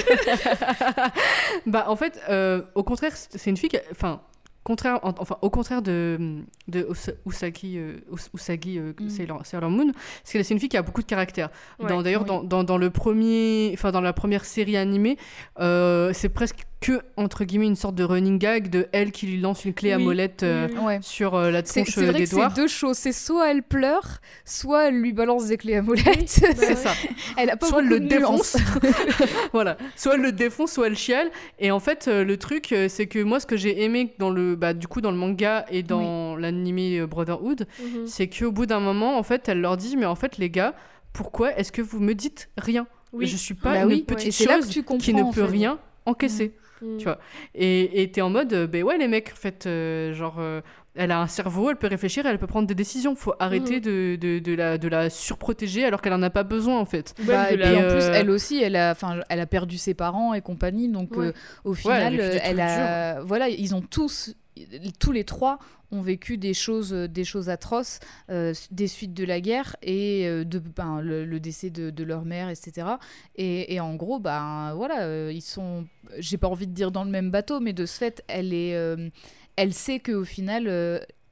bah, en fait, euh, au contraire, c'est c'est une fille qui. a- Enfin, contraire, en- enfin, au contraire de, de Usa- Usagi, euh, Us- Usagi euh, Mm. Sailor, Sailor Moon, c'est que c'est une fille qui a beaucoup de caractère. Ouais, Dans- D'ailleurs, oui. dans, dans, dans le premier, enfin, dans la première série animée, euh, c'est presque que, entre guillemets, une sorte de running gag de elle qui lui lance une clé à Oui, molette euh, oui, oui. Ouais. sur euh, la C'est tronche c'est vrai que d'Edouard. c'est deux choses. C'est soit elle pleure, soit elle lui balance des clés à molette. Bah C'est ouais. ça. Elle a pas Soit elle beaucoup le de nuances. défonce. Voilà. Soit elle le défonce, soit elle chiale. Et en fait, euh, le truc, euh, c'est que moi, ce que j'ai aimé dans le, bah, du coup, dans le manga et dans l'animé euh, Brotherhood, Mhm. c'est qu'au bout d'un moment, en fait, elle leur dit, mais en fait, les gars, pourquoi est-ce que vous me dites rien? Oui. Je suis pas Bah une oui, petite et c'est là que chose tu comprends, qui ne en peut fait. rien encaisser. Mhm. Tu vois. Et et t'es en mode, euh, ben ouais, les mecs, en fait, euh, genre, euh, elle a un cerveau, elle peut réfléchir, elle peut prendre des décisions. Faut arrêter Mhm. de, de, de, la, de la surprotéger alors qu'elle en a pas besoin, en fait. Même Bah, de et la- puis en Et, plus, euh, elle aussi, elle a, enfin, elle a perdu ses parents et compagnie, donc Ouais. euh, au final, elle a vécu des euh, elle trucs a, voilà, ils ont tous, tous les trois ont vécu des choses, des choses atroces, euh, des suites de la guerre et euh, de, ben, le, le décès de, de leur mère, et cetera. Et, et en gros, ben voilà, euh, ils sont, j'ai pas envie de dire dans le même bateau, mais de ce fait, elle est, euh, elle sait qu'au final. euh,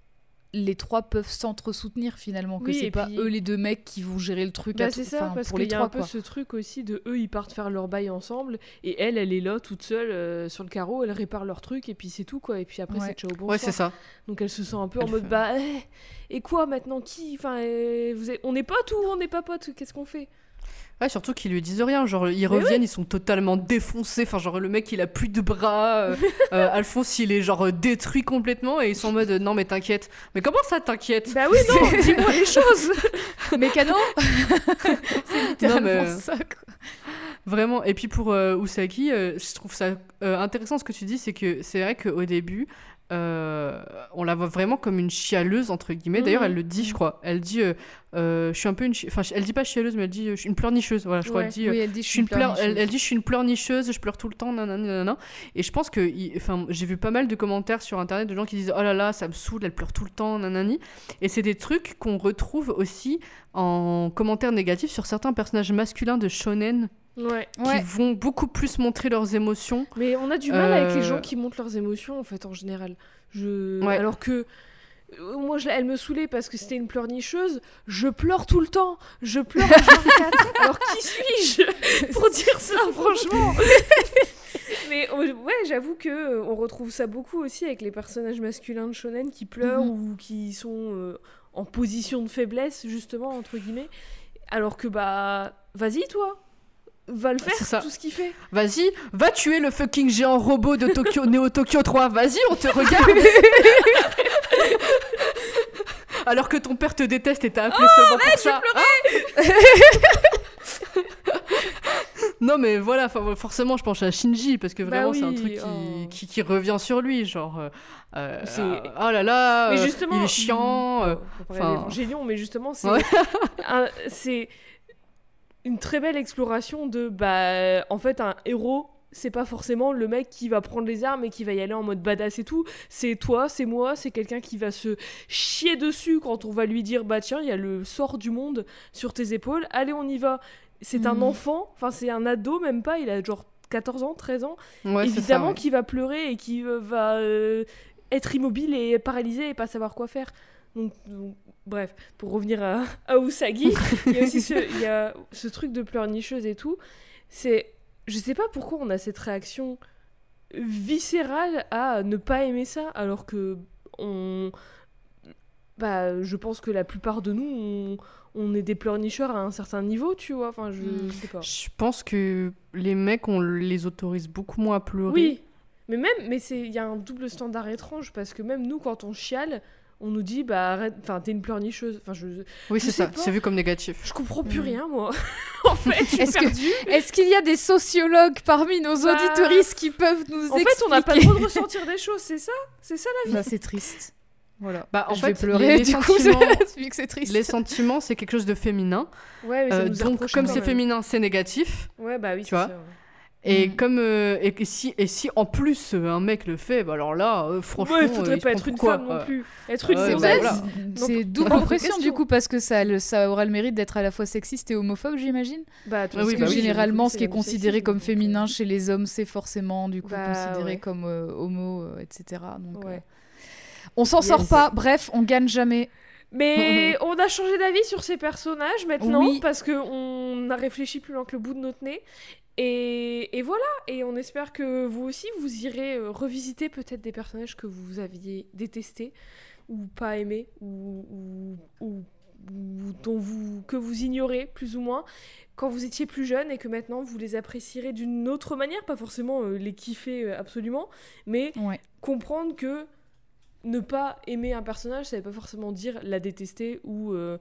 les trois peuvent s'entre-soutenir finalement, que Oui, c'est et pas puis- eux les deux mecs qui vont gérer le truc Bah, à c'est tout- ça, enfin, parce pour qu'il les y a trois un peu quoi. ce truc aussi de eux, ils partent faire leur bail ensemble, et elle, elle est là toute seule euh, sur le carreau, elle répare leur truc, et puis c'est tout, quoi. Et puis après, Ouais. c'est ciao, bonsoir. Ouais, c'est ça. Donc elle se sent un peu Elle en mode, fait- bah, eh, et quoi maintenant, qui Enfin, eh, vous êtes- on n'est potes ou on n'est pas potes Qu'est-ce qu'on fait Ouais, surtout qu'ils lui disent rien. Genre, ils reviennent, ils sont totalement défoncés. Enfin, genre, le mec, il a plus de bras. euh, euh, Alphonse, il est genre euh, détruit complètement. Et ils sont en mode, euh, non, mais t'inquiète. Mais comment ça t'inquiète? Bah oui, non, dis-moi les choses Mécano c'est littéralement Non, mais- ça quoi. Vraiment. Et puis pour euh, Usagi, euh, je trouve ça euh, intéressant ce que tu dis. C'est que c'est vrai qu'au début, euh, on la voit vraiment comme une chialeuse, entre guillemets. D'ailleurs, Mhm. elle le dit, je crois. Elle dit, euh, euh, je suis un peu une. chi- Enfin, elle dit pas chialeuse, mais elle dit, euh, je suis une pleurnicheuse. Voilà, je crois. Ouais. Elle dit, euh, Oui, elle dit je suis une pleur- elle, pleurnicheuse. elle dit je suis une pleurnicheuse, je pleure tout le temps, nanana, nanana. Et je pense que, il- enfin, j'ai vu pas mal de commentaires sur internet de gens qui disent oh là là, ça me saoule, elle pleure tout le temps, nanani. Et c'est des trucs qu'on retrouve aussi en commentaires négatifs sur certains personnages masculins de shonen Ouais. Ouais. qui vont beaucoup plus montrer leurs émotions. Mais on a du mal avec les Euh, gens qui montrent leurs émotions, en fait, en général. Je... Ouais. Alors que... euh, Moi, je- elle me saoulait parce que c'était une pleurnicheuse. Je pleure tout le temps. Je pleure à vingt-quatre. Alors, qui suis-je pour dire ça, franchement Mais euh, ouais, j'avoue que euh, on retrouve ça beaucoup aussi avec les personnages masculins de shonen qui pleurent Mhm. ou qui sont euh, en position de faiblesse, justement, entre guillemets. Alors que, bah, vas-y, toi. Va le faire, C'est ça. tout ce qu'il fait. Vas-y, va tuer le fucking géant robot de Tokyo, Neo Tokyo trois. Vas-y, on te regarde. Alors que ton père te déteste et t'a appelé seulement pour ça. Hein Non mais voilà, enfin, forcément je pense à Shinji parce que Bah vraiment c'est un oui, truc qui, oh. qui, qui revient sur lui, genre euh, euh, C'est- oh là là, Mais euh, justement, il est chiant. euh, on va parler enfin- d'Evangélion, mais justement, c'est Ouais. un- c'est une très belle exploration de, bah, en fait, un héros, c'est pas forcément le mec qui va prendre les armes et qui va y aller en mode badass et tout. C'est toi, c'est moi, c'est quelqu'un qui va se chier dessus quand on va lui dire, bah tiens, il y a le sort du monde sur tes épaules, allez, on y va. C'est un Mhm. enfant, enfin, c'est un ado, même pas, il a genre quatorze ans, treize ans. Ouais, c'est ça, Évidemment ouais. qu'il va pleurer et qu'il euh, va euh, être immobile et paralysé et pas savoir quoi faire. Donc, donc, bref, pour revenir à, à Usagi, il y a aussi ce, il y a ce truc de pleurnicheuse et tout. C'est, je sais pas pourquoi on a cette réaction viscérale à ne pas aimer ça, alors que on, bah, je pense que la plupart de nous, on, on est des pleurnicheurs à un certain niveau, tu vois. Enfin, je Mm. sais pas. Je pense que les mecs on les autorise beaucoup moins à pleurer. Oui, mais même, mais c'est, il y a un double standard étrange parce que même nous, quand on chiale, on nous dit bah arrête, enfin t'es une pleurnicheuse. Enfin je, Oui, Je c'est sais ça, pas. c'est vu comme négatif. je comprends plus Mm. rien moi. En fait, je suis Est-ce que- perdue. Est-ce qu'il y a des sociologues parmi nos Bah, auditoristes qui peuvent nous En expliquer fait, on n'a pas le droit de ressentir des choses, c'est ça, c'est ça la vie. Bah, c'est triste. Voilà. Bah, en je fait, vais pleurer les- les du coup, sentiments- vu que c'est triste. Les sentiments, c'est quelque chose de féminin. Ouais, mais ça Euh, nous est donc, reproché comme quand c'est même. féminin, c'est négatif. Ouais, bah oui, Tu c'est vois. ça, ouais. Et Mm. comme euh, et, que si et si en plus euh, un mec le fait, bah alors là, euh, franchement, Ouais, il faudrait euh, il pas se être prend une pour quoi, femme non ouais. plus. Être une Ouais, C'est bah, gonzesse. voilà. c'est Donc, double hors de pression question. du coup parce que ça, le- ça aura le mérite d'être à la fois sexiste et homophobe, j'imagine. Bah, de toute Ah oui, Parce façon, que bah oui, généralement, c'est ce qui est la considéré sexisme, comme donc, euh, féminin chez les hommes, c'est forcément du coup Bah, considéré ouais. comme euh, homo, euh, et cetera. Donc, Ouais. euh, on s'en Yes. sort pas. Bref, on gagne jamais. Mais on a changé d'avis sur ces personnages maintenant Oui. parce que on a réfléchi plus loin que le bout de notre nez. Et, et voilà, et on espère que vous aussi, vous irez euh, revisiter peut-être des personnages que vous aviez détestés ou pas aimés ou, ou, ou- ou dont vous, que vous ignorez plus ou moins quand vous étiez plus jeune et que maintenant vous les apprécierez d'une autre manière, pas forcément euh, les kiffer euh, absolument, mais Ouais. comprendre que ne pas aimer un personnage, ça veut pas forcément dire la détester ou, euh,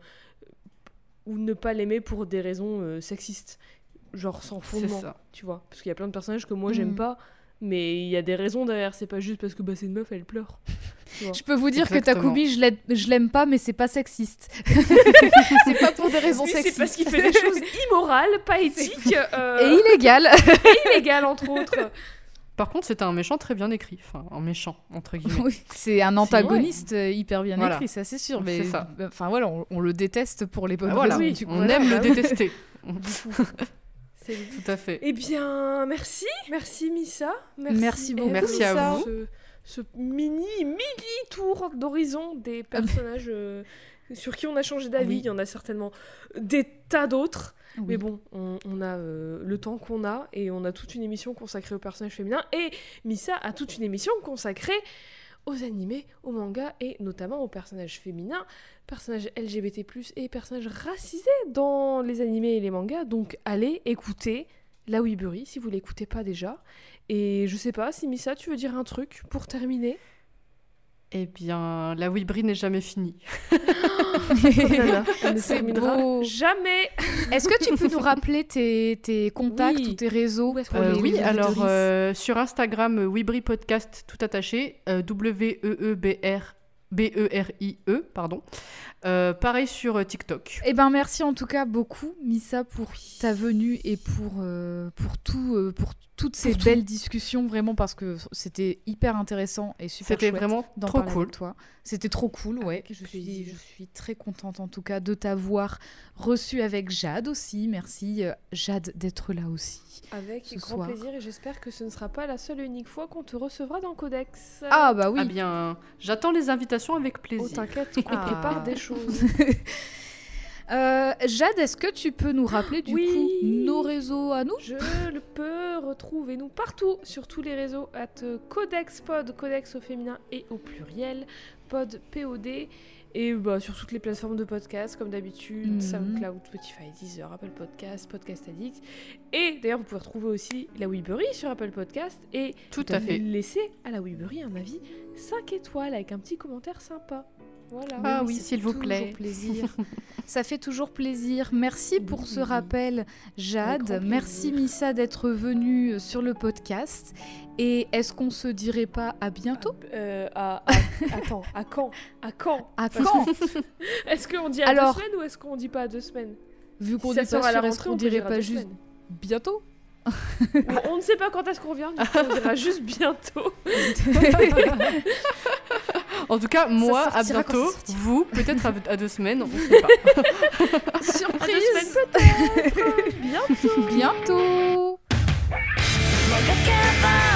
ou ne pas l'aimer pour des raisons euh, sexistes. Genre sans C'est fondement, ça. tu vois. Parce qu'il y a plein de personnages que moi j'aime Mm. pas, mais il y a des raisons derrière. C'est pas juste parce que bah, c'est une meuf, elle pleure. Tu vois. Je peux vous dire Exactement. que Takumi, je l'aime- je l'aime pas, mais c'est pas sexiste. c'est pas pour des raisons Lui, sexistes. c'est parce qu'il fait des choses immorales, pas éthiques, euh, Et illégal. et illégales entre autres. Par contre, c'est un méchant très bien écrit, enfin un méchant entre guillemets. Oui, c'est un antagoniste euh, hyper bien Voilà. écrit, ça c'est sûr. Mais C'est ça. enfin voilà, on, on le déteste pour les bonnes Ah, voilà, raisons. oui, du coup. on voilà, aime bah le oui. détester. C'est Tout à fait. Eh bien, merci. Merci Missa. Merci beaucoup, Merci à Missa. vous. Ce, ce mini, mini tour d'horizon des personnages euh, sur qui on a changé d'avis. Oui. Il y en a certainement des tas d'autres. Oui. Mais bon, on, on a euh, le temps qu'on a et on a toute une émission consacrée aux personnages féminins. Et Missa a toute une émission consacrée aux animés, aux mangas et notamment aux personnages féminins, personnages L G B T plus, et personnages racisés dans les animés et les mangas. Donc allez écouter la Weebury si vous l'écoutez pas déjà. Et je sais pas si Missa, tu veux dire un truc pour terminer? Eh bien, la Weebury n'est jamais finie. Oh là là, elle ne C'est terminera beau. jamais. Est-ce que tu peux nous rappeler tes, tes contacts Oui. ou tes réseaux Où est-ce qu'on pour Euh, les oui, alors auditrices euh, sur Instagram, euh, Weebury Podcast, tout attaché, euh, W E E B R B E R I E, pardon. Euh, pareil sur euh, TikTok. Eh ben merci en tout cas beaucoup Missa pour ta venue et pour euh, pour tout euh, pour toutes ces Pour tout. belles discussions, vraiment, parce que c'était hyper intéressant et super C'était chouette vraiment d'en trop parler cool. avec toi. C'était trop cool, ouais. Avec Je suis, plaisir. je suis très contente en tout cas de t'avoir reçu avec Jade aussi. Merci euh, Jade d'être là aussi. Avec Ce grand soir. plaisir, et j'espère que ce ne sera pas la seule et unique fois qu'on te recevra dans Codex. Ah bah oui. Ah bien, j'attends les invitations avec Oh, plaisir. t'inquiète, on Ah. prépare des choses. Euh, Jade, est-ce que tu peux nous rappeler du Oui. coup nos réseaux à nous? Je le peux, retrouvez-nous partout sur tous les réseaux at Codex Pod, Codex au féminin et au pluriel, Pod P O D, et bah, sur toutes les plateformes de podcast comme d'habitude, Mhm. SoundCloud, Spotify, Deezer, Apple Podcast, Podcast Addict. Et d'ailleurs, vous pouvez retrouver aussi la Weebury sur Apple Podcast et Tout vous à pouvez fait. laisser à la Weebury un avis cinq étoiles avec un petit commentaire sympa. Voilà. Ah oui, c'est s'il vous toujours plaît. plaisir. Ça fait toujours plaisir. Merci pour ce Oui. rappel, Avec Jade. grand Merci plaisir. Missa d'être venue sur le podcast. Et est-ce qu'on se dirait pas à bientôt? Euh, à, à- attends, à quand À quand À Parce quand? Est-ce qu'on dit à Alors- deux semaines ou est-ce qu'on dit pas à deux semaines? Vu qu'on Si ça dit sort pas à la sûr, est-ce rentrée, qu'on on peut dirait dire à pas deux juste semaines. bientôt? on, on ne sait pas quand est-ce qu'on revient, du coup, on dira juste bientôt. En tout cas, moi, à sortira quand bientôt. ça sortira. Vous, peut-être à, à deux semaines, on ne sait pas. À deux Surprise! semaines peut-être. Bientôt. Bientôt! Manga Cava